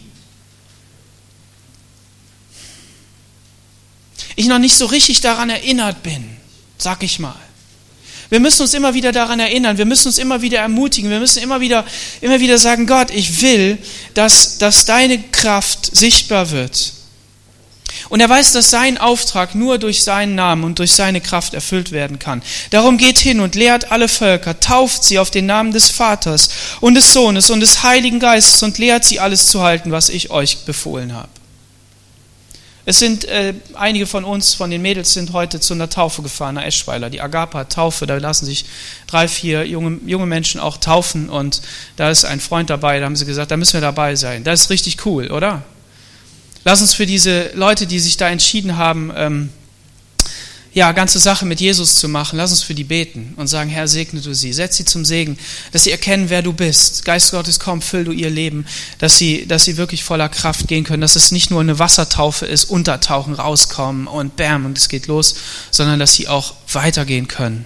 ich noch nicht so richtig daran erinnert bin, sag ich mal. Wir müssen uns immer wieder daran erinnern, wir müssen uns immer wieder ermutigen, wir müssen immer wieder, immer wieder sagen, Gott, ich will, dass, dass deine Kraft sichtbar wird. Und er weiß, dass sein Auftrag nur durch seinen Namen und durch seine Kraft erfüllt werden kann. Darum geht hin und lehrt alle Völker, tauft sie auf den Namen des Vaters und des Sohnes und des Heiligen Geistes und lehrt sie alles zu halten, was ich euch befohlen habe. Es sind äh, einige von uns, von den Mädels, sind heute zu einer Taufe gefahren, nach Eschweiler, die Agapa-Taufe. Da lassen sich drei, vier junge, junge Menschen auch taufen und da ist ein Freund dabei, da haben sie gesagt, da müssen wir dabei sein. Das ist richtig cool, oder? Lass uns für diese Leute, die sich da entschieden haben, ähm, ja, ganze Sache mit Jesus zu machen, lass uns für die beten und sagen, Herr, segne du sie, setz sie zum Segen, dass sie erkennen, wer du bist. Geist Gottes, komm, füll du ihr Leben, dass sie, dass sie wirklich voller Kraft gehen können, dass es nicht nur eine Wassertaufe ist, untertauchen, rauskommen und bam, und es geht los, sondern dass sie auch weitergehen können.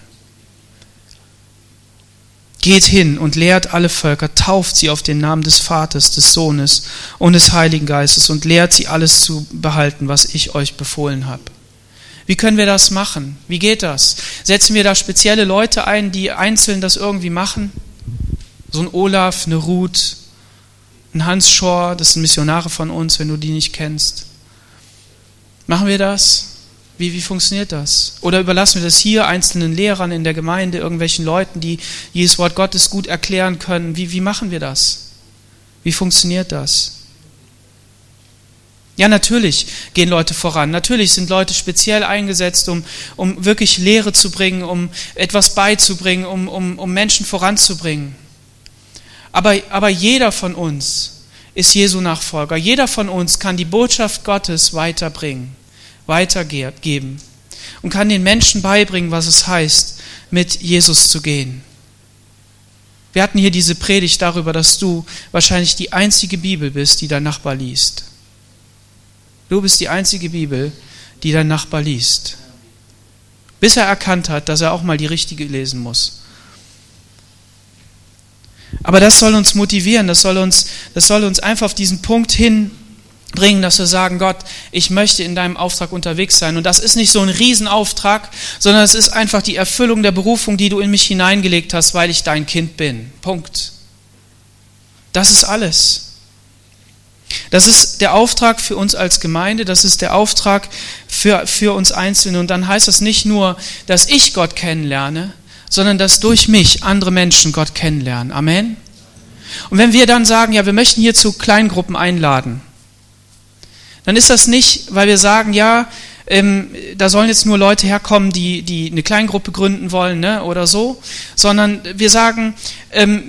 Geht hin und lehrt alle Völker, tauft sie auf den Namen des Vaters, des Sohnes und des Heiligen Geistes und lehrt sie alles zu behalten, was ich euch befohlen habe. Wie können wir das machen? Wie geht das? Setzen wir da spezielle Leute ein, die einzeln das irgendwie machen? So ein Olaf, eine Ruth, ein Hans Schor, das sind Missionare von uns, wenn du die nicht kennst. Machen wir das? Wie, wie funktioniert das? Oder überlassen wir das hier einzelnen Lehrern in der Gemeinde, irgendwelchen Leuten, die dieses Wort Gottes gut erklären können? Wie, wie machen wir das? Wie funktioniert das? Ja, natürlich gehen Leute voran. Natürlich sind Leute speziell eingesetzt, um, um wirklich Lehre zu bringen, um etwas beizubringen, um, um, um Menschen voranzubringen. Aber, aber jeder von uns ist Jesu Nachfolger. Jeder von uns kann die Botschaft Gottes weiterbringen, weitergeben und kann den Menschen beibringen, was es heißt, mit Jesus zu gehen. Wir hatten hier diese Predigt darüber, dass du wahrscheinlich die einzige Bibel bist, die dein Nachbar liest. Du bist die einzige Bibel, die dein Nachbar liest. Bis er erkannt hat, dass er auch mal die richtige lesen muss. Aber das soll uns motivieren, das soll uns, das soll uns einfach auf diesen Punkt hinbringen, dass wir sagen, Gott, ich möchte in deinem Auftrag unterwegs sein. Und das ist nicht so ein Riesenauftrag, sondern es ist einfach die Erfüllung der Berufung, die du in mich hineingelegt hast, weil ich dein Kind bin. Punkt. Das ist alles. Das ist der Auftrag für uns als Gemeinde, das ist der Auftrag für, für uns Einzelne. Und dann heißt das nicht nur, dass ich Gott kennenlerne, sondern dass durch mich andere Menschen Gott kennenlernen. Amen. Und wenn wir dann sagen, ja, wir möchten hier zu Kleingruppen einladen, dann ist das nicht, weil wir sagen, ja, ähm, da sollen jetzt nur Leute herkommen, die, die eine Kleingruppe gründen wollen, ne, oder so, sondern wir sagen, ähm,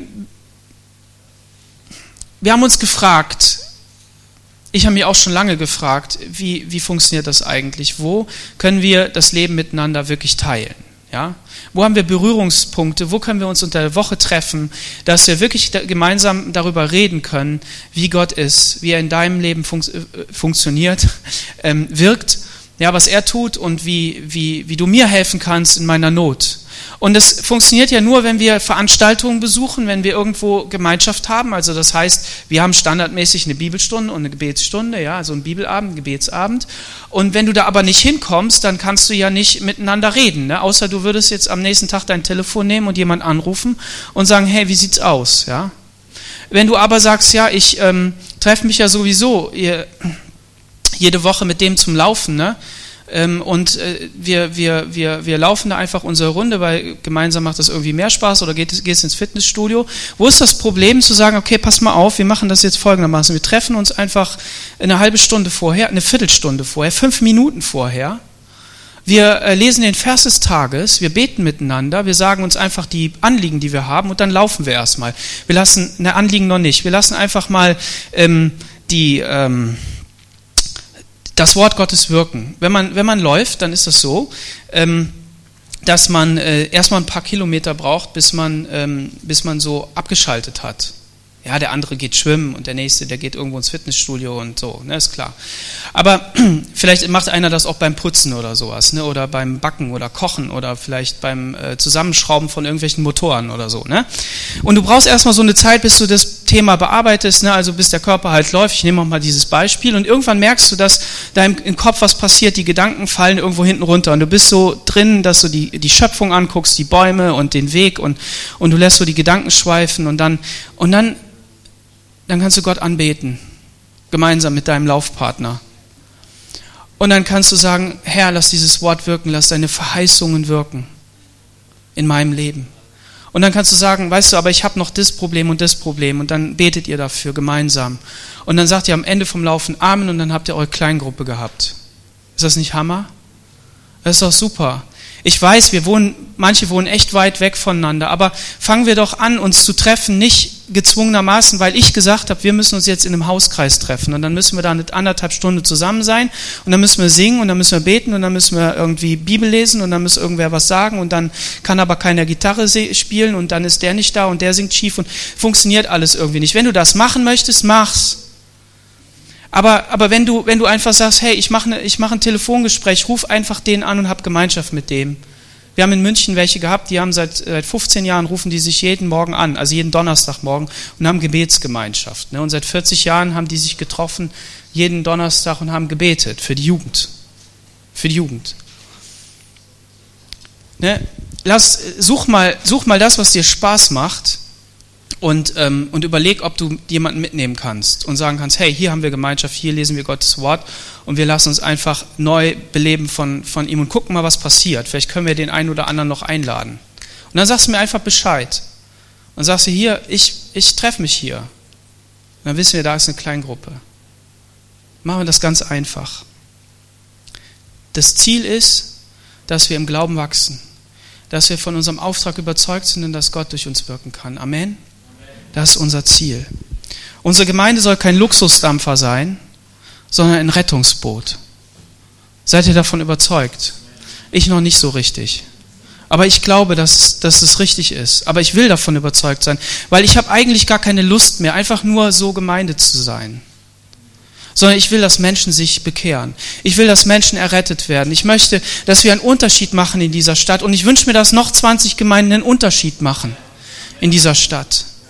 wir haben uns gefragt, ich habe mich auch schon lange gefragt, wie, wie funktioniert das eigentlich? Wo können wir das Leben miteinander wirklich teilen? Ja? Wo haben wir Berührungspunkte? Wo können wir uns unter der Woche treffen, dass wir wirklich da gemeinsam darüber reden können, wie Gott ist, wie er in deinem Leben fun- äh, funktioniert, ähm, wirkt, ja, was er tut und wie, wie, wie du mir helfen kannst in meiner Not. Und es funktioniert ja nur, wenn wir Veranstaltungen besuchen, wenn wir irgendwo Gemeinschaft haben. Also das heißt, wir haben standardmäßig eine Bibelstunde und eine Gebetsstunde, ja, also einen Bibelabend, einen Gebetsabend. Und wenn du da aber nicht hinkommst, dann kannst du ja nicht miteinander reden, ne? Außer du würdest jetzt am nächsten Tag dein Telefon nehmen und jemand anrufen und sagen, hey, wie sieht's aus, ja? Wenn du aber sagst, ja, ich ähm, treffe mich ja sowieso ihr, jede Woche mit dem zum Laufen, ne? Und wir, wir, wir, wir laufen da einfach unsere Runde, weil gemeinsam macht das irgendwie mehr Spaß, oder geht, gehst ins Fitnessstudio. Wo ist das Problem zu sagen, okay, pass mal auf, wir machen das jetzt folgendermaßen. Wir treffen uns einfach eine halbe Stunde vorher, eine Viertelstunde vorher, fünf Minuten vorher. Wir lesen den Vers des Tages, wir beten miteinander, wir sagen uns einfach die Anliegen, die wir haben, und dann laufen wir erstmal. Wir lassen, ne, Anliegen noch nicht, wir lassen einfach mal ähm, die... Ähm, das Wort Gottes wirken. Wenn man, wenn man läuft, dann ist das so, ähm, dass man äh, erstmal ein paar Kilometer braucht, bis man, ähm, bis man so abgeschaltet hat. Ja, der andere geht schwimmen und der nächste, der geht irgendwo ins Fitnessstudio und so, ne, ist klar. Aber vielleicht macht einer das auch beim Putzen oder sowas, ne, oder beim Backen oder Kochen oder vielleicht beim äh, Zusammenschrauben von irgendwelchen Motoren oder so, ne. Und du brauchst erstmal so eine Zeit, bis du das Thema bearbeitest, ne, also bis der Körper halt läuft. Ich nehme auch mal dieses Beispiel, und irgendwann merkst du, dass da im, im Kopf was passiert, die Gedanken fallen irgendwo hinten runter und du bist so drin, dass du die, die Schöpfung anguckst, die Bäume und den Weg, und, und du lässt so die Gedanken schweifen, und dann, und dann dann kannst du Gott anbeten, gemeinsam mit deinem Laufpartner. Und dann kannst du sagen, Herr, lass dieses Wort wirken, lass deine Verheißungen wirken in meinem Leben. Und dann kannst du sagen, weißt du, aber ich habe noch das Problem und das Problem, und dann betet ihr dafür gemeinsam. Und dann sagt ihr am Ende vom Laufen Amen, und dann habt ihr eure Kleingruppe gehabt. Ist das nicht Hammer? Das ist doch super. Ich weiß, wir wohnen, manche wohnen echt weit weg voneinander, aber fangen wir doch an, uns zu treffen, nicht gezwungenermaßen, weil ich gesagt habe, wir müssen uns jetzt in einem Hauskreis treffen, und dann müssen wir da eine anderthalb Stunden zusammen sein, und dann müssen wir singen, und dann müssen wir beten, und dann müssen wir irgendwie Bibel lesen, und dann muss irgendwer was sagen, und dann kann aber keiner Gitarre spielen, und dann ist der nicht da und der singt schief, und funktioniert alles irgendwie nicht. Wenn du das machen möchtest, mach's. Aber, aber wenn du, wenn du einfach sagst, hey, ich mache ne, ich mache ein Telefongespräch, ruf einfach den an und hab Gemeinschaft mit dem. Wir haben in München welche gehabt, die haben seit, seit fünfzehn Jahren, rufen die sich jeden Morgen an, also jeden Donnerstagmorgen, und haben Gebetsgemeinschaft. Ne? Und seit vierzig Jahren haben die sich getroffen, jeden Donnerstag, und haben gebetet für die Jugend. Für die Jugend. Ne? Lass, such mal, such mal das, was dir Spaß macht. Und, ähm, und überleg, ob du jemanden mitnehmen kannst und sagen kannst, hey, hier haben wir Gemeinschaft, hier lesen wir Gottes Wort, und wir lassen uns einfach neu beleben von, von ihm und gucken mal, was passiert. Vielleicht können wir den einen oder anderen noch einladen. Und dann sagst du mir einfach Bescheid. Und sagst du, hier, ich, ich treffe mich hier. Und dann wissen wir, da ist eine Kleingruppe. Machen wir das ganz einfach. Das Ziel ist, dass wir im Glauben wachsen, dass wir von unserem Auftrag überzeugt sind und dass Gott durch uns wirken kann. Amen. Das ist unser Ziel. Unsere Gemeinde soll kein Luxusdampfer sein, sondern ein Rettungsboot. Seid ihr davon überzeugt? Ich noch nicht so richtig. Aber ich glaube, dass, dass es richtig ist. Aber ich will davon überzeugt sein, weil ich habe eigentlich gar keine Lust mehr, einfach nur so Gemeinde zu sein. Sondern ich will, dass Menschen sich bekehren. Ich will, dass Menschen errettet werden. Ich möchte, dass wir einen Unterschied machen in dieser Stadt. Und ich wünsche mir, dass noch zwanzig Gemeinden einen Unterschied machen in dieser Stadt.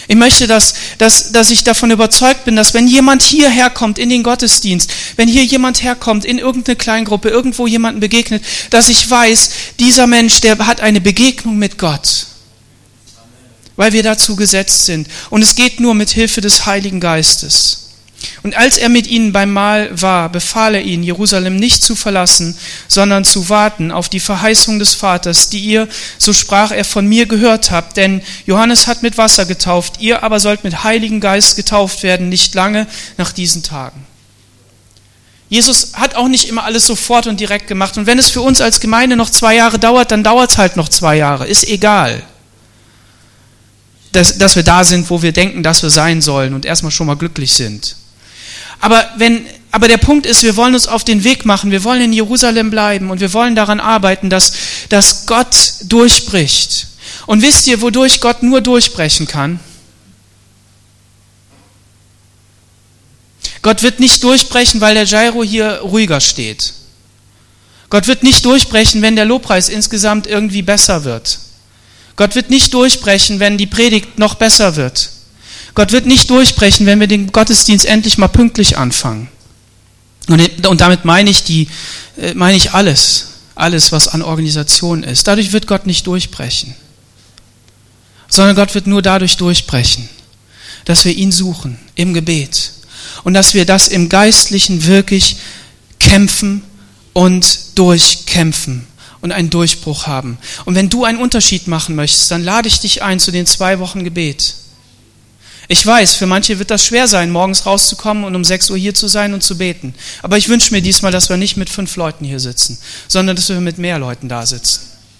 Ich möchte, dass, dass, dass ich davon überzeugt bin, dass wenn jemand hierher kommt in den Gottesdienst, wenn hier jemand herkommt in irgendeine Kleingruppe, irgendwo jemanden begegnet, dass ich weiß, dieser Mensch, der hat eine Begegnung mit Gott. Weil wir dazu gesetzt sind. Und es geht nur mit Hilfe des Heiligen Geistes. Und als er mit ihnen beim Mahl war, befahl er ihnen, Jerusalem nicht zu verlassen, sondern zu warten auf die Verheißung des Vaters, die ihr, so sprach er, von mir gehört habt. Denn Johannes hat mit Wasser getauft, ihr aber sollt mit Heiligen Geist getauft werden, nicht lange nach diesen Tagen. Jesus hat auch nicht immer alles sofort und direkt gemacht. Und wenn es für uns als Gemeinde noch zwei Jahre dauert, dann dauert es halt noch zwei Jahre. Ist egal. Dass, dass wir da sind, wo wir denken, dass wir sein sollen und erstmal schon mal glücklich sind. Aber, wenn, aber der Punkt ist, wir wollen uns auf den Weg machen, wir wollen in Jerusalem bleiben und wir wollen daran arbeiten, dass, dass Gott durchbricht. Und wisst ihr, wodurch Gott nur durchbrechen kann? Gott wird nicht durchbrechen, weil der Jairo hier ruhiger steht. Gott wird nicht durchbrechen, wenn der Lobpreis insgesamt irgendwie besser wird. Gott wird nicht durchbrechen, wenn die Predigt noch besser wird. Gott wird nicht durchbrechen, wenn wir den Gottesdienst endlich mal pünktlich anfangen. Und, und damit meine ich, die, meine ich alles, alles, was an Organisation ist. Dadurch wird Gott nicht durchbrechen. Sondern Gott wird nur dadurch durchbrechen, dass wir ihn suchen im Gebet. Und dass wir das im Geistlichen wirklich kämpfen und durchkämpfen. Und einen Durchbruch haben. Und wenn du einen Unterschied machen möchtest, dann lade ich dich ein zu den zwei Wochen Gebet. Ich weiß, für manche wird das schwer sein, morgens rauszukommen und um sechs Uhr hier zu sein und zu beten. Aber ich wünsche mir diesmal, dass wir nicht mit fünf Leuten hier sitzen, sondern dass wir mit mehr Leuten da sitzen.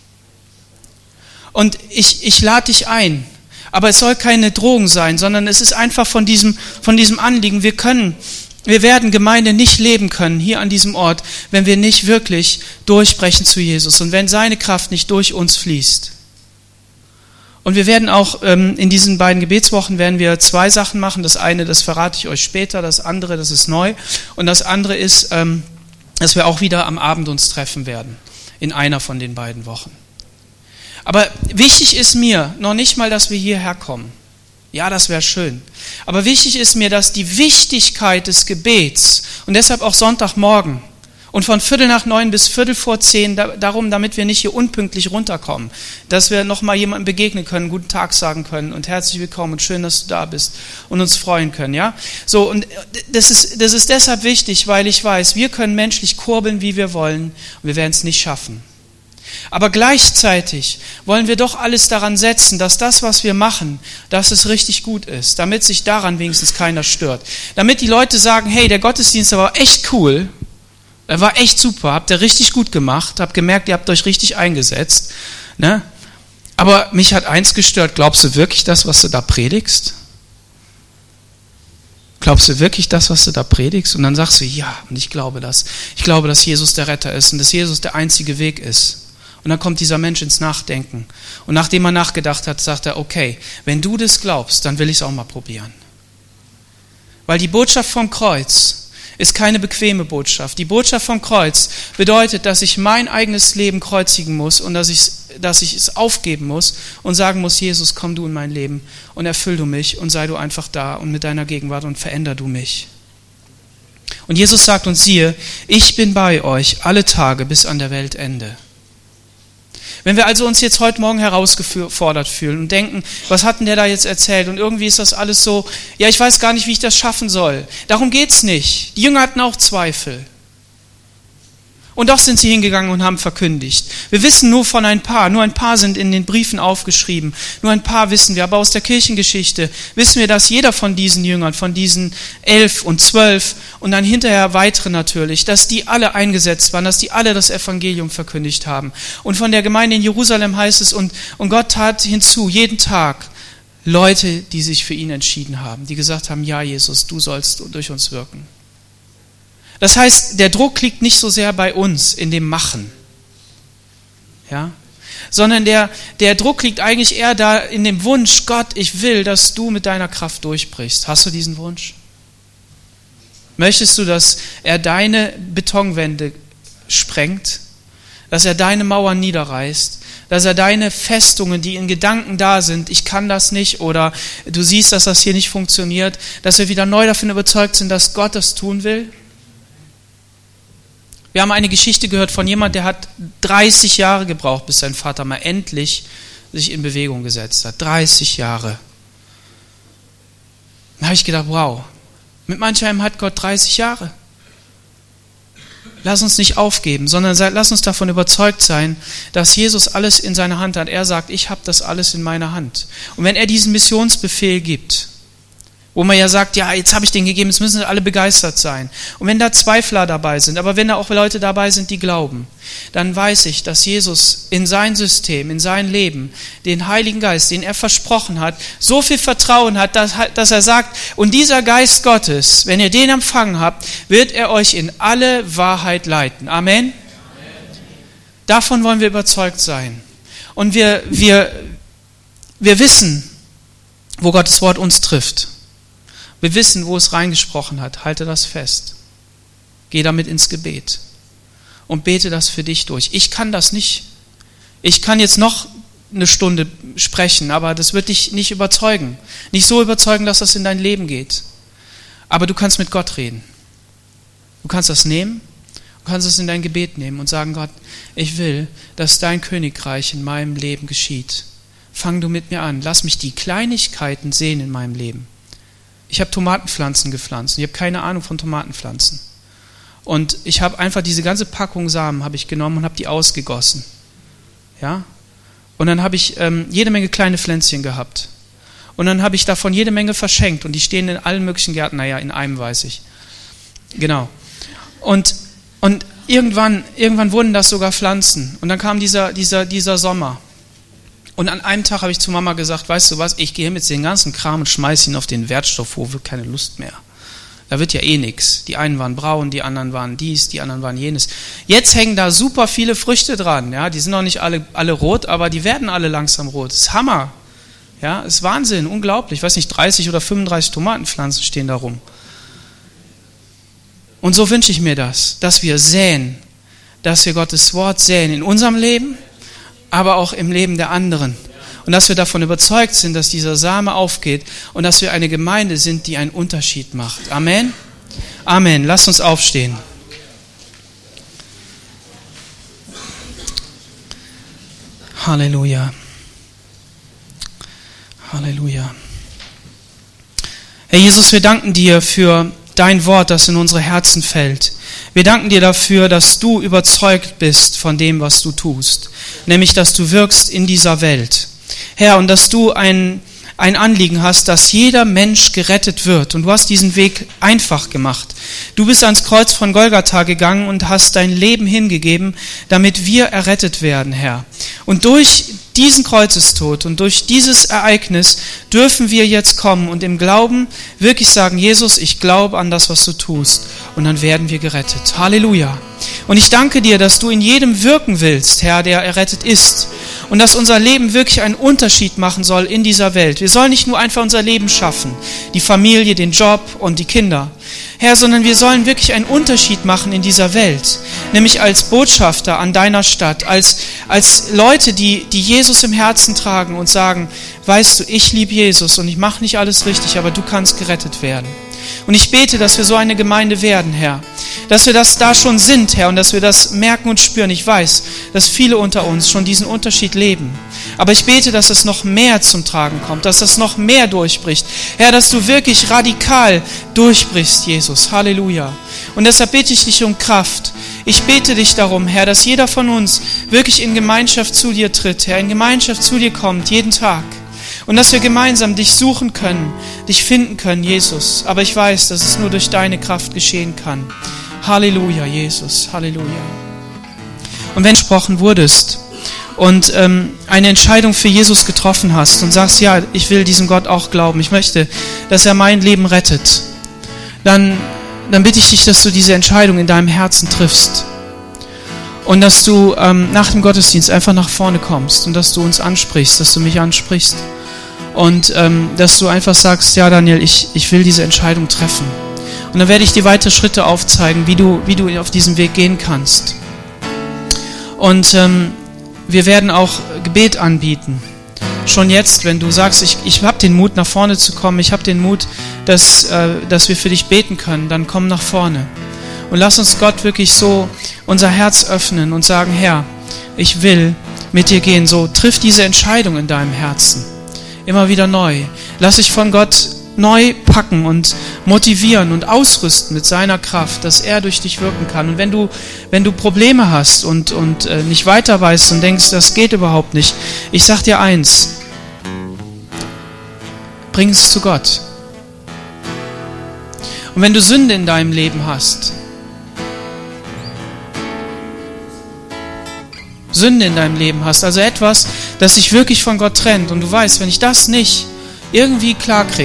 Und ich, ich lade dich ein. Aber es soll keine Drohung sein, sondern es ist einfach von diesem, von diesem Anliegen. Wir können, wir werden Gemeinde nicht leben können hier an diesem Ort, wenn wir nicht wirklich durchbrechen zu Jesus und wenn seine Kraft nicht durch uns fließt. Und wir werden auch ähm, in diesen beiden Gebetswochen werden wir zwei Sachen machen. Das eine, das verrate ich euch später, das andere, das ist neu. Und das andere ist, ähm, dass wir auch wieder am Abend uns treffen werden, in einer von den beiden Wochen. Aber wichtig ist mir noch nicht mal, dass wir hierher kommen. Ja, das wäre schön. Aber wichtig ist mir, dass die Wichtigkeit des Gebets und deshalb auch Sonntagmorgen und von Viertel nach neun bis Viertel vor zehn, da, darum, damit wir nicht hier unpünktlich runterkommen, dass wir nochmal jemandem begegnen können, guten Tag sagen können und herzlich willkommen und schön, dass du da bist und uns freuen können, ja? So, und das ist, das ist deshalb wichtig, weil ich weiß, wir können menschlich kurbeln, wie wir wollen und wir werden es nicht schaffen. Aber gleichzeitig wollen wir doch alles daran setzen, dass das, was wir machen, dass es richtig gut ist, damit sich daran wenigstens keiner stört. Damit die Leute sagen, hey, der Gottesdienst war echt cool, er war echt super, habt ihr richtig gut gemacht, habt gemerkt, ihr habt euch richtig eingesetzt. Ne? Aber mich hat eins gestört, glaubst du wirklich das, was du da predigst? Glaubst du wirklich das, was du da predigst? Und dann sagst du, ja, und ich glaube das. Ich glaube, dass Jesus der Retter ist und dass Jesus der einzige Weg ist. Und dann kommt dieser Mensch ins Nachdenken. Und nachdem er nachgedacht hat, sagt er, okay, wenn du das glaubst, dann will ich es auch mal probieren. Weil die Botschaft vom Kreuz ist keine bequeme Botschaft. Die Botschaft vom Kreuz bedeutet, dass ich mein eigenes Leben kreuzigen muss und dass ich, dass ich es aufgeben muss und sagen muss, Jesus, komm du in mein Leben und erfüll du mich und sei du einfach da und mit deiner Gegenwart und veränder du mich. Und Jesus sagt uns, siehe, ich bin bei euch alle Tage bis an der Weltende. Wenn wir also uns jetzt heute Morgen herausgefordert fühlen und denken, was hat denn der da jetzt erzählt und irgendwie ist das alles so, ja, ich weiß gar nicht, wie ich das schaffen soll. Darum geht's nicht. Die Jünger hatten auch Zweifel. Und doch sind sie hingegangen und haben verkündigt. Wir wissen nur von ein paar, nur ein paar sind in den Briefen aufgeschrieben, nur ein paar wissen wir, aber aus der Kirchengeschichte wissen wir, dass jeder von diesen Jüngern, von diesen elf und zwölf und dann hinterher weitere natürlich, dass die alle eingesetzt waren, dass die alle das Evangelium verkündigt haben. Und von der Gemeinde in Jerusalem heißt es, und, und Gott tat hinzu, jeden Tag Leute, die sich für ihn entschieden haben, die gesagt haben, ja Jesus, du sollst durch uns wirken. Das heißt, der Druck liegt nicht so sehr bei uns in dem Machen, ja, sondern der, der Druck liegt eigentlich eher da in dem Wunsch, Gott, ich will, dass du mit deiner Kraft durchbrichst. Hast du diesen Wunsch? Möchtest du, dass er deine Betonwände sprengt, dass er deine Mauern niederreißt, dass er deine Festungen, die in Gedanken da sind, ich kann das nicht oder du siehst, dass das hier nicht funktioniert, dass wir wieder neu davon überzeugt sind, dass Gott das tun will? Wir haben eine Geschichte gehört von jemandem, der hat dreißig Jahre gebraucht, bis sein Vater mal endlich sich in Bewegung gesetzt hat. dreißig Jahre. Da habe ich gedacht, wow, mit manch einem hat Gott dreißig Jahre. Lass uns nicht aufgeben, sondern lass uns davon überzeugt sein, dass Jesus alles in seiner Hand hat. Er sagt, ich habe das alles in meiner Hand. Und wenn er diesen Missionsbefehl gibt, wo man ja sagt, ja, jetzt habe ich den gegeben, jetzt müssen alle begeistert sein. Und wenn da Zweifler dabei sind, aber wenn da auch Leute dabei sind, die glauben, dann weiß ich, dass Jesus in sein System, in sein Leben, den Heiligen Geist, den er versprochen hat, so viel Vertrauen hat, dass, dass er sagt, und dieser Geist Gottes, wenn ihr den empfangen habt, wird er euch in alle Wahrheit leiten. Amen? Amen. Davon wollen wir überzeugt sein. Und wir, wir, wir wissen, wo Gottes Wort uns trifft. Wir wissen, wo es reingesprochen hat. Halte das fest. Geh damit ins Gebet und bete das für dich durch. Ich kann das nicht. Ich kann jetzt noch eine Stunde sprechen, aber das wird dich nicht überzeugen. Nicht so überzeugen, dass das in dein Leben geht. Aber du kannst mit Gott reden. Du kannst das nehmen, du kannst es in dein Gebet nehmen und sagen, Gott, ich will, dass dein Königreich in meinem Leben geschieht. Fang du mit mir an. Lass mich die Kleinigkeiten sehen in meinem Leben. Ich habe Tomatenpflanzen gepflanzt. Ich habe keine Ahnung von Tomatenpflanzen. Und ich habe einfach diese ganze Packung Samen habe ich genommen und habe die ausgegossen. Ja? Und dann habe ich ähm, jede Menge kleine Pflänzchen gehabt. Und dann habe ich davon jede Menge verschenkt. Und die stehen in allen möglichen Gärten. Naja, in einem weiß ich. Genau. Und, und irgendwann, irgendwann wurden das sogar Pflanzen. Und dann kam dieser, dieser, dieser Sommer. Und an einem Tag habe ich zu Mama gesagt, weißt du was, ich gehe mit den ganzen Kram und schmeiße ihn auf den Wertstoffhof, wird keine Lust mehr. Da wird ja eh nichts. Die einen waren braun, die anderen waren dies, die anderen waren jenes. Jetzt hängen da super viele Früchte dran. Ja, die sind noch nicht alle, alle rot, aber die werden alle langsam rot. Das ist Hammer. Ja, das ist Wahnsinn, unglaublich. Ich weiß nicht, dreißig oder fünfunddreißig Tomatenpflanzen stehen da rum. Und so wünsche ich mir das, dass wir säen, dass wir Gottes Wort säen in unserem Leben, aber auch im Leben der anderen. Und dass wir davon überzeugt sind, dass dieser Same aufgeht und dass wir eine Gemeinde sind, die einen Unterschied macht. Amen? Amen. Lasst uns aufstehen. Halleluja. Halleluja. Herr Jesus, wir danken dir für dein Wort, das in unsere Herzen fällt. Wir danken dir dafür, dass du überzeugt bist von dem, was du tust. Nämlich, dass du wirkst in dieser Welt. Herr, und dass du ein, ein Anliegen hast, dass jeder Mensch gerettet wird. Und du hast diesen Weg einfach gemacht. Du bist ans Kreuz von Golgatha gegangen und hast dein Leben hingegeben, damit wir errettet werden, Herr. Und durch diesen Kreuzestod und durch dieses Ereignis dürfen wir jetzt kommen und im Glauben wirklich sagen, Jesus, ich glaube an das, was du tust. Und dann werden wir gerettet. Halleluja. Und ich danke dir, dass du in jedem wirken willst, Herr, der errettet ist. Und dass unser Leben wirklich einen Unterschied machen soll in dieser Welt. Wir sollen nicht nur einfach unser Leben schaffen, die Familie, den Job und die Kinder, Herr, sondern wir sollen wirklich einen Unterschied machen in dieser Welt. Nämlich als Botschafter an deiner Stadt, als, als Leute, die, die Jesus im Herzen tragen und sagen, weißt du, ich liebe Jesus und ich mache nicht alles richtig, aber du kannst gerettet werden. Und ich bete, dass wir so eine Gemeinde werden, Herr. Dass wir das da schon sind, Herr, und dass wir das merken und spüren. Ich weiß, dass viele unter uns schon diesen Unterschied leben. Aber ich bete, dass es noch mehr zum Tragen kommt, dass das noch mehr durchbricht. Herr, dass du wirklich radikal durchbrichst, Jesus. Halleluja. Und deshalb bete ich dich um Kraft. Ich bete dich darum, Herr, dass jeder von uns wirklich in Gemeinschaft zu dir tritt, Herr, in Gemeinschaft zu dir kommt, jeden Tag. Und dass wir gemeinsam dich suchen können, dich finden können, Jesus. Aber ich weiß, dass es nur durch deine Kraft geschehen kann. Halleluja, Jesus, Halleluja. Und wenn du gesprochen wurdest und ähm, eine Entscheidung für Jesus getroffen hast und sagst, ja, ich will diesem Gott auch glauben, ich möchte, dass er mein Leben rettet, dann, dann bitte ich dich, dass du diese Entscheidung in deinem Herzen triffst. Und dass du ähm, nach dem Gottesdienst einfach nach vorne kommst und dass du uns ansprichst, dass du mich ansprichst. Und ähm, dass du einfach sagst, ja Daniel, ich, ich will diese Entscheidung treffen. Und dann werde ich dir weitere Schritte aufzeigen, wie du, wie du auf diesen Weg gehen kannst. Und ähm, wir werden auch Gebet anbieten. Schon jetzt, wenn du sagst, ich, ich habe den Mut, nach vorne zu kommen, ich habe den Mut, dass, äh, dass wir für dich beten können, dann komm nach vorne. Und lass uns Gott wirklich so unser Herz öffnen und sagen, Herr, ich will mit dir gehen. So, triff diese Entscheidung in deinem Herzen. Immer wieder neu. Lass dich von Gott neu packen und motivieren und ausrüsten mit seiner Kraft, dass er durch dich wirken kann. Und wenn du, wenn du Probleme hast und, und äh, nicht weiter weißt und denkst, das geht überhaupt nicht, ich sag dir eins, bring es zu Gott. Und wenn du Sünde in deinem Leben hast, Sünde in deinem Leben hast, also etwas, das dich wirklich von Gott trennt und du weißt, wenn ich das nicht irgendwie klar krieg,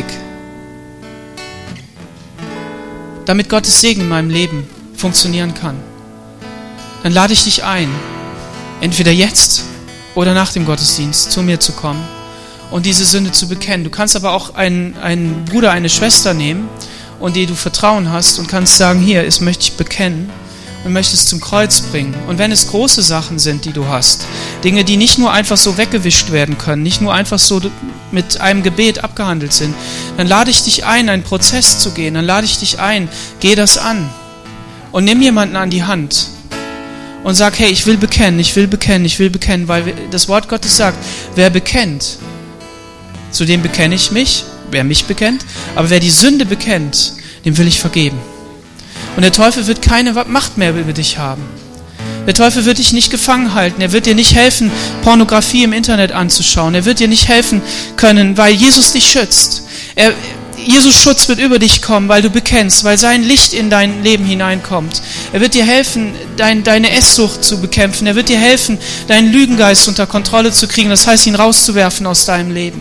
damit Gottes Segen in meinem Leben funktionieren kann, dann lade ich dich ein, entweder jetzt oder nach dem Gottesdienst zu mir zu kommen und diese Sünde zu bekennen. Du kannst aber auch einen, einen Bruder, eine Schwester nehmen und die du Vertrauen hast und kannst sagen, hier, das möchte ich bekennen und möchte es zum Kreuz bringen. Und wenn es große Sachen sind, die du hast, Dinge, die nicht nur einfach so weggewischt werden können, nicht nur einfach so mit einem Gebet abgehandelt sind, dann lade ich dich ein, einen Prozess zu gehen, dann lade ich dich ein, geh das an und nimm jemanden an die Hand und sag, hey, ich will bekennen, ich will bekennen, ich will bekennen, weil das Wort Gottes sagt, wer bekennt, zu dem bekenne ich mich, wer mich bekennt, aber wer die Sünde bekennt, dem will ich vergeben. Und der Teufel wird keine Macht mehr über dich haben. Der Teufel wird dich nicht gefangen halten. Er wird dir nicht helfen, Pornografie im Internet anzuschauen. Er wird dir nicht helfen können, weil Jesus dich schützt. Er, Jesus Schutz wird über dich kommen, weil du bekennst, weil sein Licht in dein Leben hineinkommt. Er wird dir helfen, dein, deine Esssucht zu bekämpfen. Er wird dir helfen, deinen Lügengeist unter Kontrolle zu kriegen. Das heißt, ihn rauszuwerfen aus deinem Leben.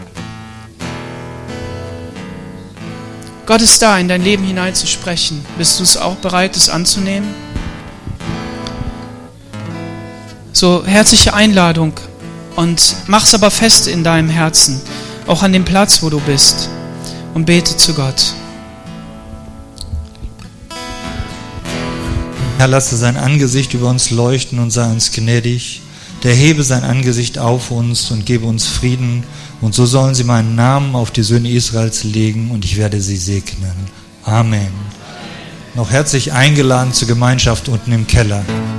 Gott ist da, in dein Leben hineinzusprechen. Bist du es auch bereit, es anzunehmen? So, herzliche Einladung und mach's aber fest in deinem Herzen, auch an dem Platz, wo du bist, und bete zu Gott. Herr, lasse sein Angesicht über uns leuchten und sei uns gnädig. Der hebe sein Angesicht auf uns und gebe uns Frieden. Und so sollen sie meinen Namen auf die Söhne Israels legen und ich werde sie segnen. Amen. Noch herzlich eingeladen zur Gemeinschaft unten im Keller.